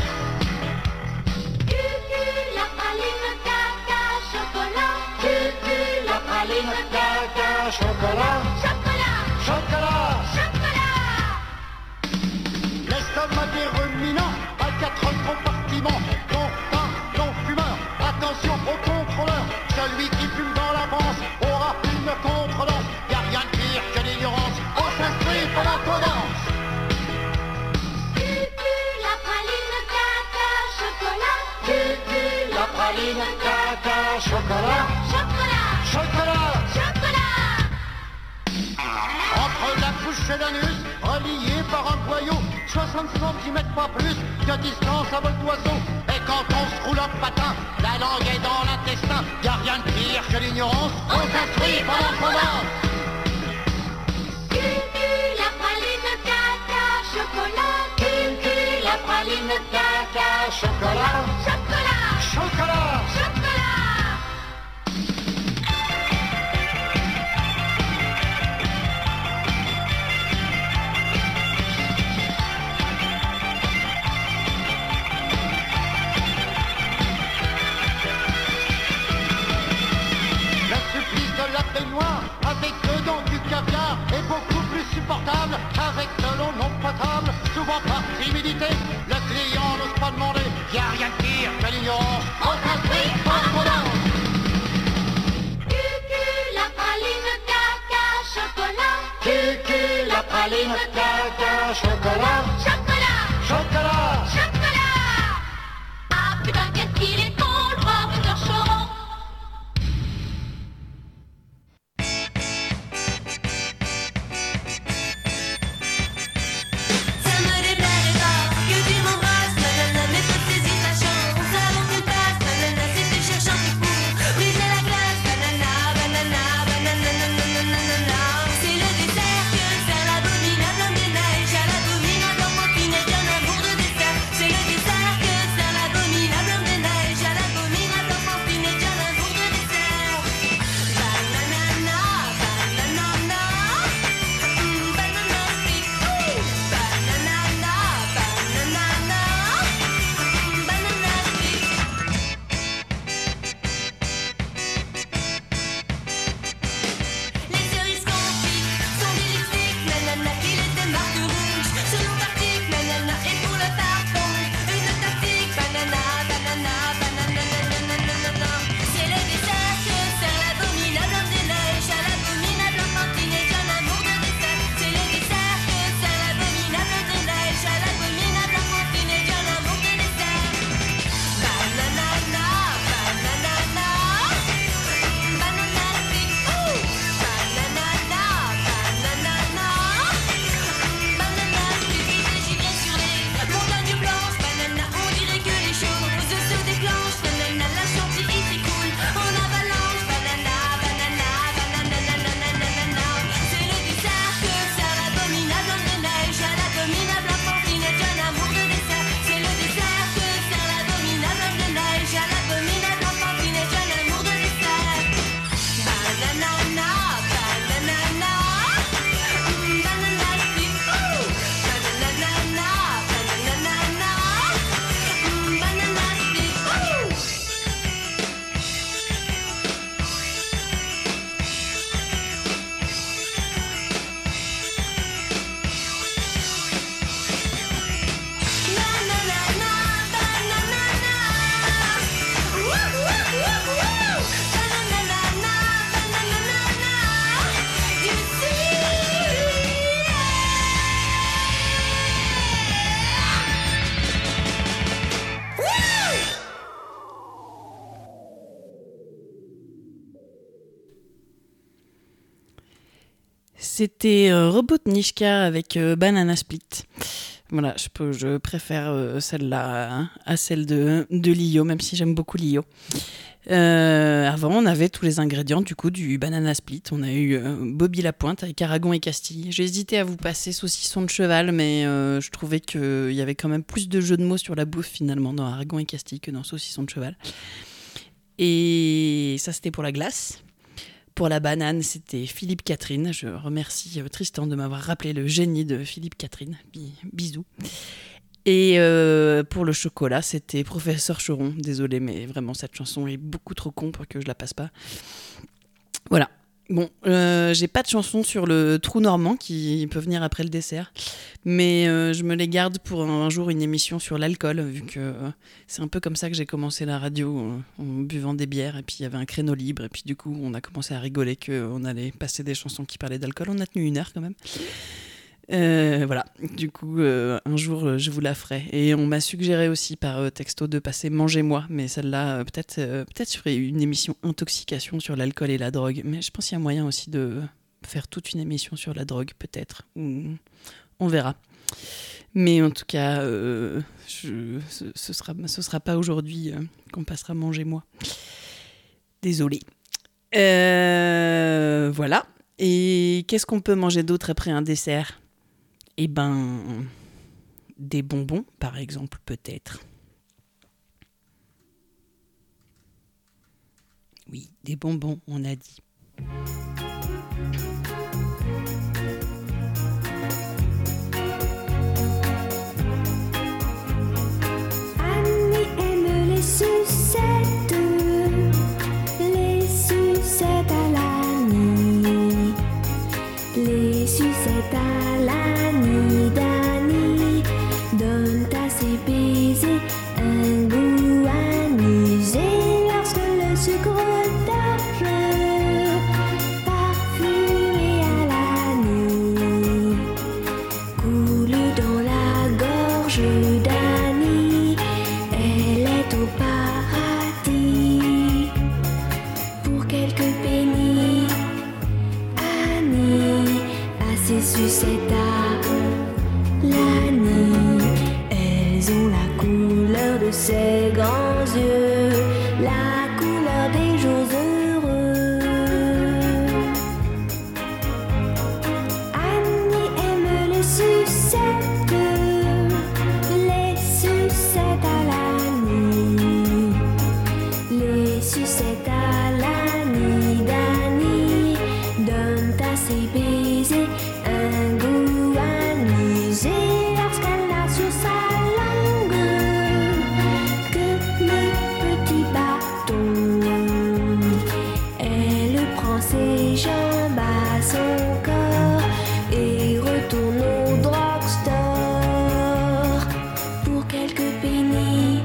Cucu, la praline, caca, chocolat. Cucu, la praline, caca, chocolat. Chocolat, chocolat, chocolat. L'estomac des ruminants a quatre compartiments. Non pas, non fumeur, attention au contrôleur. Celui qui fume dans l'avance aura une contredanse. Y'a rien de pire que l'ignorance, on s'inscrit pendant qu'on danse. Cucu, la praline, caca, chocolat. Cucu, La praline, caca, chocolat. chocolat. Chocolat. Chocolat. Entre la bouche et l'anus, reliés par un boyau, soixante centimètres pas plus de distance à vol d'oiseau. Et quand on se roule un patin, la langue est dans l'intestin. Y'a rien de pire que l'ignorance, on s'instruit pendant qu'on danse. Cucu, la praline, caca, chocolat. Cucu, la praline, caca, Chocolat. chocolat. Chocolat. Chocolat. Le supplice de la baignoire avec dedans du caviar est beaucoup plus supportable qu'avec de l'eau non potable. Souvent par timidité, le client n'ose pas demander. Y'a rien de pire que l'ignorance, on s'inscrit pendant qu'on danse. Cucu, la praline, caca, chocolat. Cucu, la praline, caca, chocolat. Chocolat. Chocolat. Chocolat. Ah putain, qu'est-ce qu'il est con, le professeur Choron. Ça me déplairait pas que tu m'embrasses, nanana, mais faut saisir ta chance avant qu'elle passe, nanana, si tu cherches un truc pour briser la glace, nanana, banana, banana, nanana, nanana. C'est le dessert que sert l'abominable homme des neiges à l'abominable enfant qui n'est qu'un amour de dessert. C'est le dessert que sert l'abominable homme des neiges à l'abominable enfant qui n'est qu'un amour de dessert. Banana, banana, mm, banana stick, ooh. Banana, banana, mm, banana stick. Les cerises confites sont des lipsticks, nanana, qui les démarquent rouges. Sur nos parties, nanana, et pour le parfum, une tactique, banana, banana, banana, nanana, nanana. C'est le dessert que sert l'abominable homme des neiges à l'abominable enfant qui n'est qu'un amour de dessert. C'est le dessert que sert l'abominable homme des neiges à l'abominable enfant qui n'est qu'un amour de dessert. Banana, banana, banana stick, ooh. Banana, banana, banana stick. Et j'y viens sur les montagnes blanches, banana, on dirait que les choses se déclenchent, banana, la chantilly s'écoule en avalanche, banana, banana, banana, nanana. C'est le dessert que sert l'abominable homme des neiges à l'abominable enfant qui n'est qu'un amour de dessert. C'est le dessert que sert l'abominable homme des neiges à l'abominable enfant qui n'est qu'un amour de dessert. Banana, banana, mm, banana stick, ooh. Banana, banana, mm, banana stick, ooh. C'était euh, Robotnichka avec euh, Banana Split. Voilà, je, peux, je préfère euh, celle-là hein, à celle de, de Lio, même si j'aime beaucoup Lio. Euh, avant, on avait tous les ingrédients du coup du Banana Split. On a eu euh, Bobby Lapointe avec Aragon et Castille. J'ai hésité à vous passer Saucisson de cheval, mais euh, je trouvais qu'il y avait quand même plus de jeux de mots sur la bouffe finalement dans Aragon et Castille que dans Saucisson de cheval. Et ça, c'était pour la glace. pour la banane, c'était Philippe Catherine. Je remercie Tristan de m'avoir rappelé le génie de Philippe Catherine. Bisous. Et euh, pour le chocolat, c'était Professeur Choron. Désolé, mais vraiment, cette chanson est beaucoup trop con pour que je la passe pas. Voilà. Bon, euh, j'ai pas de chanson sur le trou normand qui peut venir après le dessert, mais euh, je me les garde pour un, un jour une émission sur l'alcool, vu que euh, c'est un peu comme ça que j'ai commencé la radio, euh, en buvant des bières, et puis il y avait un créneau libre, et puis du coup on a commencé à rigoler qu'on allait passer des chansons qui parlaient d'alcool. On a tenu une heure quand même. Euh, voilà, du coup euh, un jour euh, je vous la ferai, et on m'a suggéré aussi par euh, texto de passer Mangez-moi, mais celle-là euh, peut-être euh, peut-être je ferai une émission intoxication sur l'alcool et la drogue, mais je pense qu'il y a moyen aussi de faire toute une émission sur la drogue, peut-être, ou on verra. Mais en tout cas euh, je, ce, ce sera ce sera pas aujourd'hui euh, qu'on passera Mangez-moi, désolé. Euh, voilà. Et qu'est-ce qu'on peut manger d'autre après un dessert ? Eh ben, des bonbons, par exemple, peut-être. Oui, des bonbons, on a dit. Annie aime les sucettes, les sucettes à l'Annie, les sucettes à l'Annie d'Annie, donnent à ses baisers un goût anisé lorsque le sucre d'orge parfumé à l'Annie coule dans la gorge d'Annie. Elle est au paradis pour quelques pennies. Annie a ses sucettes à l'Annie. Elles ont la couleur de ses grands yeux, la couleur des jours heureux. Annie aime les sucettes, les sucettes à l'Annie, les sucettes à l'Annie d'Annie, donnent à ses baisers un goût anisé lorsqu'elle a sur sa langue que le petit bâton. Elle prend ses jambes à son corps et retourne au drugstore pour quelques pennies.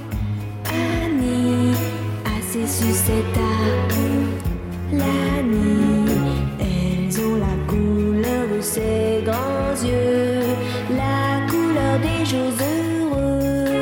Annie a ses sucettes à l'Annie. Elles ont la couleur de ses grands yeux, la couleur des jours heureux.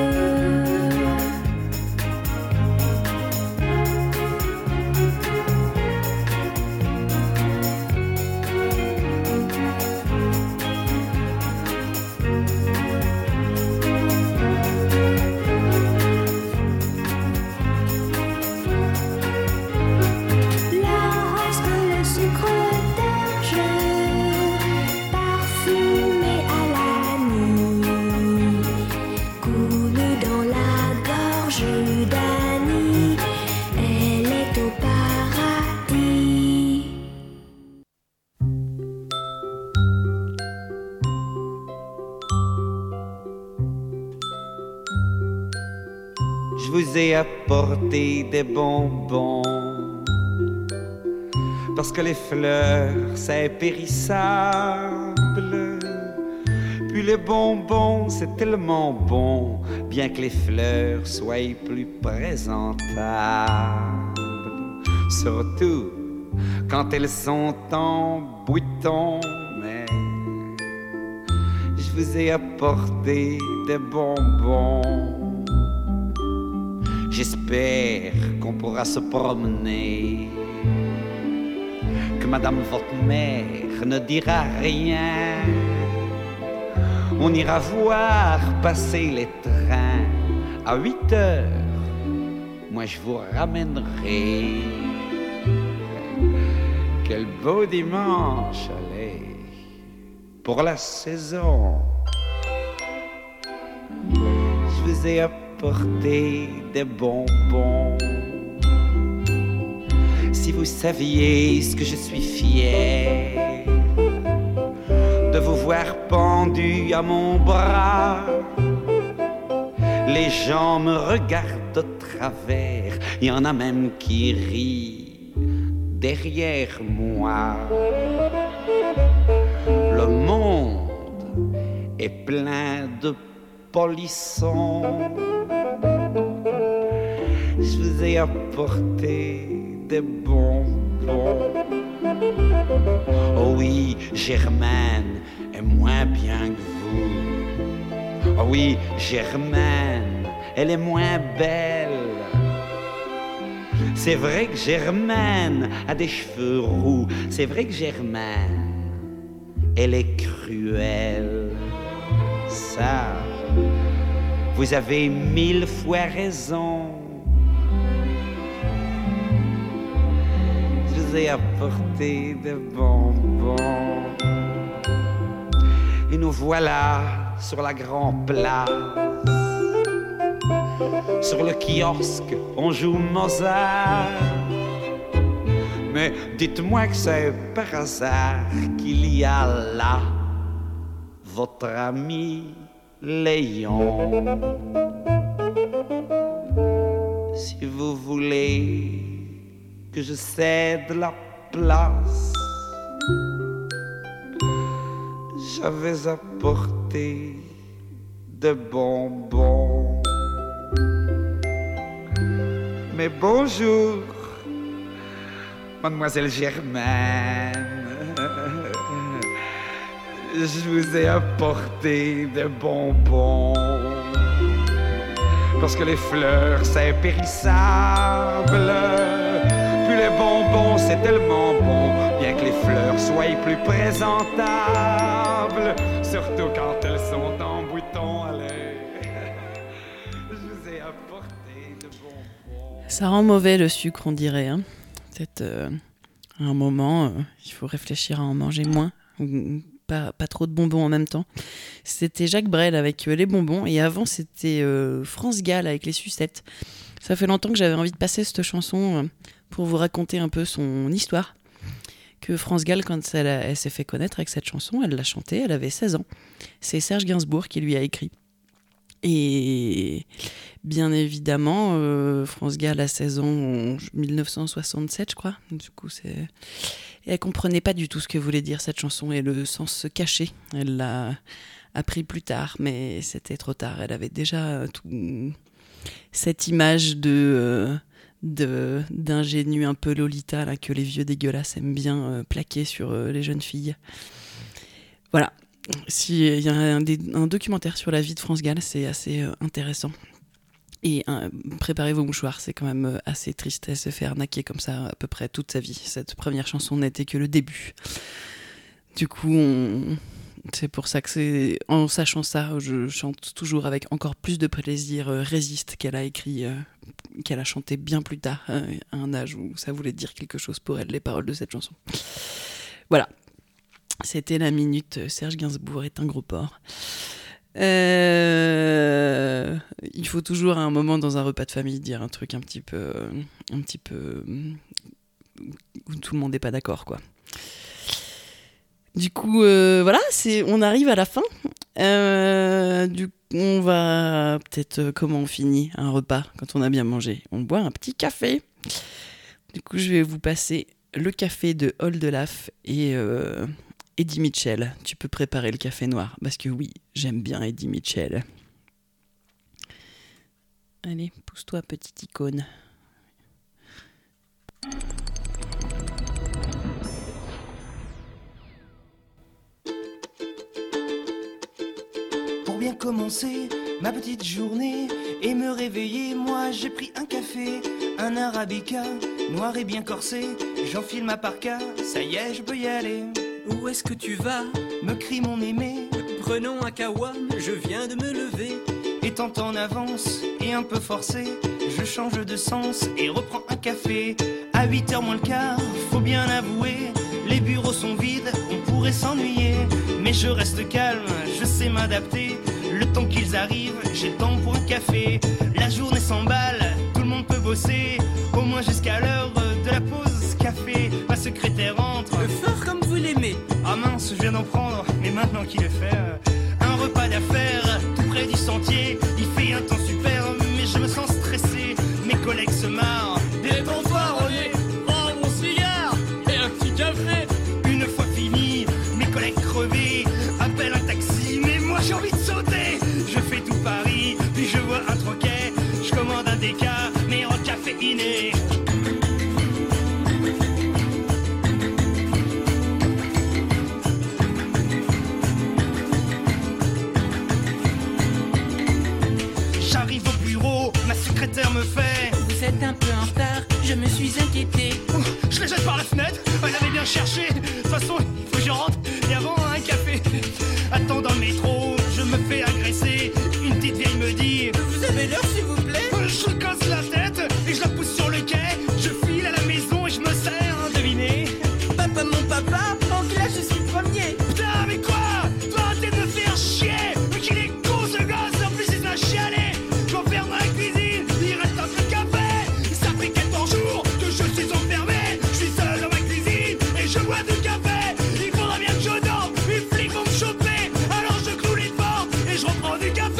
Lorsque le sucre d'orge parfumé à l'Annie coule dans la gorge d'Annie, elle est au paradis. Je vous ai apporté des bonbons parce que les fleurs c'est périssable, puis les bonbons c'est tellement bon, bien que les fleurs soient plus présentables, surtout quand elles sont en bouton. Mais je vous ai apporté des bonbons. J'espère qu'on pourra se promener, que madame votre mère ne dira rien. On ira voir passer les trains à huit heures. Moi je vous ramènerai. Quel beau dimanche, allez, pour la saison. Je vous ai apporté des bonbons. Si Si vous saviez ce que je suis fier de vous voir pendu à mon bras. Les gens me regardent de travers, il y en a même qui rient derrière moi. Le monde est plein de polissons. Je vous ai apporté des bonbons. Oh oui, Germaine est moins bien que vous. Oh oui, Germaine, elle est moins belle. C'est vrai que Germaine a des cheveux roux. C'est vrai que Germaine, elle est cruelle. Ça, vous avez mille fois raison. Je vous ai apporté des bonbons. Et nous voilà sur la grande place. Sur le kiosque, on joue Mozart. Mais dites-moi que c'est par hasard qu'il y a là votre ami Léon. Si vous voulez que je cède la place, j'avais apporté de bonbons. Mais bonjour, mademoiselle Germaine. Je vous ai apporté des bonbons. Parce que les fleurs, c'est périssable. Puis les bonbons, c'est tellement bon. Bien que les fleurs soient plus présentables. Surtout quand elles sont en bouton. Allez, je vous ai apporté de bonbons. Ça rend mauvais le sucre, on dirait. Hein. Peut-être euh, à un moment, euh, il faut réfléchir à en manger moins. Ou pas, pas trop de bonbons en même temps. C'était Jacques Brel avec euh, les bonbons. Et avant, c'était euh, France Gall avec les sucettes. Ça fait longtemps que j'avais envie de passer cette chanson euh, pour vous raconter un peu son histoire. Que France Gall, quand elle, a, elle s'est fait connaître avec cette chanson, elle l'a chantée, elle avait seize ans. C'est Serge Gainsbourg qui lui a écrit. Et bien évidemment, euh, France Gall a seize ans en dix-neuf cent soixante-sept, je crois. Du coup, c'est... Et elle comprenait pas du tout ce que voulait dire cette chanson et le sens se cachait. Elle l'a appris plus tard, mais c'était trop tard. Elle avait déjà tout... cette image de... Euh... De, d'ingénu un peu Lolita là, que les vieux dégueulasses aiment bien euh, plaquer sur euh, les jeunes filles. Voilà. Si, il y a un, des, un documentaire sur la vie de France Gall, c'est assez euh, intéressant. Et euh, préparez vos mouchoirs, c'est quand même euh, assez triste. Elle se fait arnaquer comme ça à peu près toute sa vie. Cette première chanson n'était que le début. Du coup, on... c'est pour ça que c'est... en sachant ça, je chante toujours avec encore plus de plaisir euh, Résiste qu'elle a écrit... Euh, qu'elle a chanté bien plus tard, euh, à un âge où ça voulait dire quelque chose pour elle, les paroles de cette chanson. Voilà, c'était la minute euh, Serge Gainsbourg est un gros porc. Euh, il faut toujours à un moment dans un repas de famille dire un truc un petit peu, euh, un petit peu où tout le monde n'est pas d'accord, quoi. Du coup, euh, voilà, c'est, on arrive à la fin. Euh, du coup, on va peut-être euh, comment on finit un repas quand on a bien mangé. On boit un petit café. Du coup, je vais vous passer le café de Oldelaf et euh, Eddie Mitchell. Tu peux préparer le café noir parce que oui, j'aime bien Eddie Mitchell. Allez, pousse-toi, petite icône. Pour bien commencer ma petite journée et me réveiller, moi j'ai pris un café, un arabica, noir et bien corsé. J'enfile ma parka, ça y est, je peux y aller. Où est-ce que tu vas? Me crie mon aimé. Prenons un kawa, je viens de me lever. Étant en avance et un peu forcé, je change de sens et reprends un café. À huit heures moins le quart, faut bien avouer, les bureaux sont vides, on pourrait s'ennuyer. Mais je reste calme, je sais m'adapter. Le temps qu'ils arrivent, j'ai le temps pour un café. La journée s'emballe, tout le monde peut bosser, au moins jusqu'à l'heure de la pause Ah mince, je viens d'en prendre, mais maintenant qu'il est fait, euh, un repas d'affaires, tout près du sentier. Il fait un temps super, mais je me sens stressé. Mes collègues se marrent. Détends-toi, Roger, prends mon cigare et un petit café. Une fois fini, mes collègues crevés appellent un taxi, mais moi j'ai envie de sauter. Je fais tout Paris, puis je vois un troquet. Je commande un déca, mais en caféiné. J'arrive au bureau, ma secrétaire me fait: vous êtes un peu en retard, je me suis inquiété. Oh, je les jette par la fenêtre, elle avait bien cherché. De toute façon, il faut que je rentre, et avant un café. Attends dans le métro, je me fais agresser. Une petite vieille me dit: vous avez l'heure s'il vous plaît? Je casse la tête et je la pousse sur le quai. Je file à la maison et je me sers, hein, devinez. Papa, mon papa, en classe je suis premier. Putain, mais quoi? Toi, arrêtez de me faire chier. Mais qu'il est con ce gosse, en plus il m'a chialé. Je m'enferme dans la cuisine, il reste un peu de café. Ça fait quatorze jours que je suis enfermé. Je suis seul dans ma cuisine et je bois du café. Il faudra bien que je dorme, les flics vont me choper. Alors je cloue les portes et je reprends du café.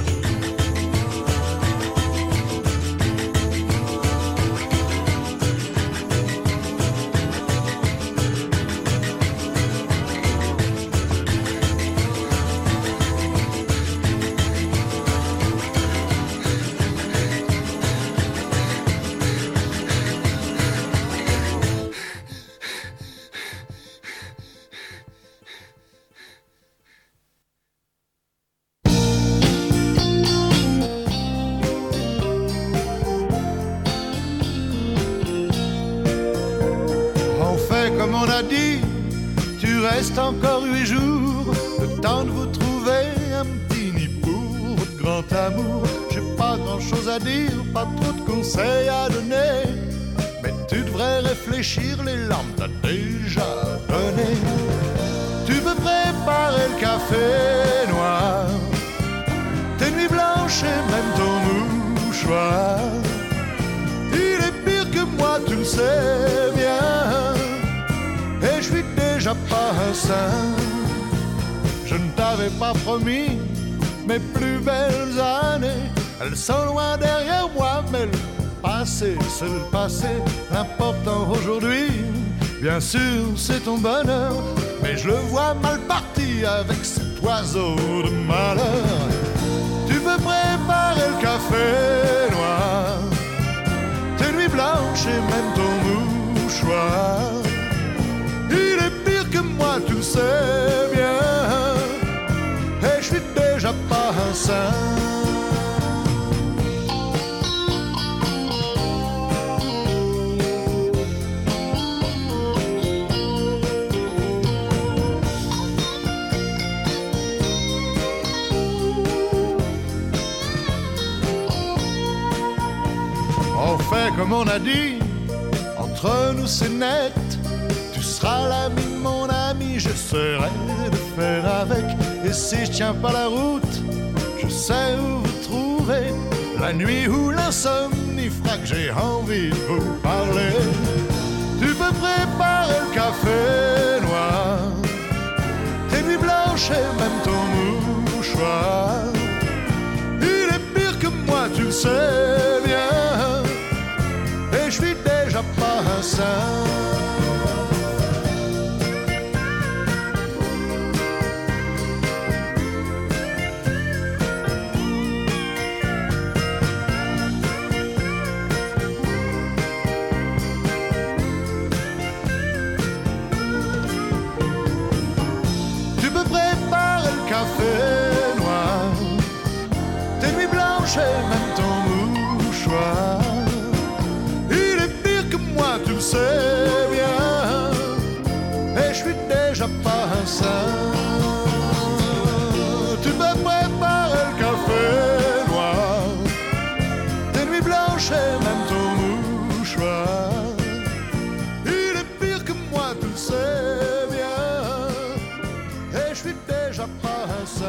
On fait comme on a dit, tu restes encore huit jours, le temps de vous trouver un petit nid pour votre grand amour. J'ai pas grand chose à dire, pas trop de conseils à donner, mais tu devrais réfléchir, les larmes t'as déjà donné. Tu peux préparer le café noir, tes nuits blanches et même ton mouchoir. Il est pire que moi, tu le sais bien, et je suis déjà pas un saint. Je ne t'avais pas promis mes plus belles années, elles sont loin derrière moi, mais le passé, c'est le passé. L'important aujourd'hui, bien sûr, c'est ton bonheur, mais je le vois mal parti avec cet oiseau de malheur. Tu veux préparer le café noir, tes nuits blanches et même ton mouchoir. Il est pire que moi, tu le sais bien, et je suis déjà pas un saint. On fait comme on a dit, entre nous c'est net. Tu seras l'ami de mon ami, j'essaierai de faire avec. Et si je tiens pas la route, je sais où vous trouver. La nuit où l'insomnie fera que j'ai envie de vous parler. Tu peux préparer le café noir, tes nuits blanches et même ton mouchoir. Il est pire que moi, tu le sais bien, et je suis déjà pas un saint. Café noir, tes nuits blanches et même ton mouchoir. Il est pire que moi, tu le sais bien, et je suis déjà pas un saint. Tu peux préparer le café noir, tes nuits blanches et même ton mouchoir. Il est pire que moi, tu le sais bien, et je suis déjà pas un saint.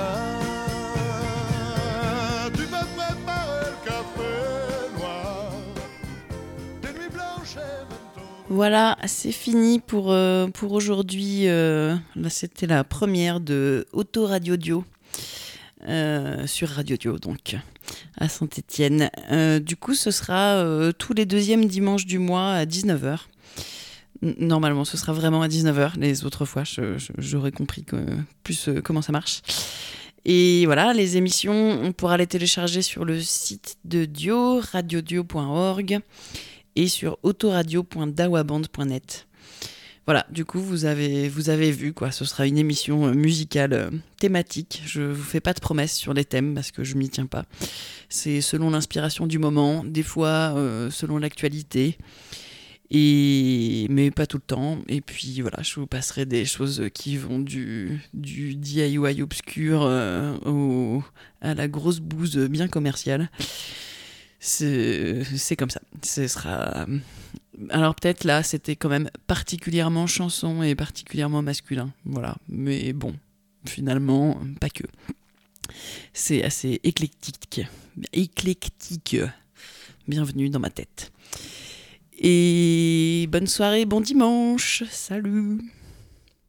Tu vas préparer le café noir, tes nuits blanches et même ton Voilà, c'est fini pour, euh, pour aujourd'hui. Euh, là, c'était la première de Autoradio Dio euh, sur Radio Dio, donc à Saint-Étienne. Euh, du coup, ce sera euh, tous les deuxièmes dimanches du mois à dix-neuf heures. Normalement, ce sera vraiment à dix-neuf heures. Les autres fois, je, je, j'aurais compris que, plus euh, comment ça marche. Et voilà, les émissions, on pourra les télécharger sur le site de Dio, radiodio point org. Et sur autoradio point dawaband point net. Voilà, du coup, vous avez, vous avez vu, quoi. Ce sera une émission musicale euh, thématique. Je vous fais pas de promesses sur les thèmes parce que je m'y tiens pas. C'est selon l'inspiration du moment, des fois euh, selon l'actualité, et... mais pas tout le temps. Et puis voilà, je vous passerai des choses qui vont du, du D I Y obscur euh, au... à la grosse bouse bien commerciale. C'est, c'est comme ça. Ce sera... Alors peut-être là, c'était quand même particulièrement chanson et particulièrement masculin. Voilà. Mais bon, finalement, pas que. C'est assez éclectique. Éclectique. Bienvenue dans ma tête. Et bonne soirée, bon dimanche. Salut.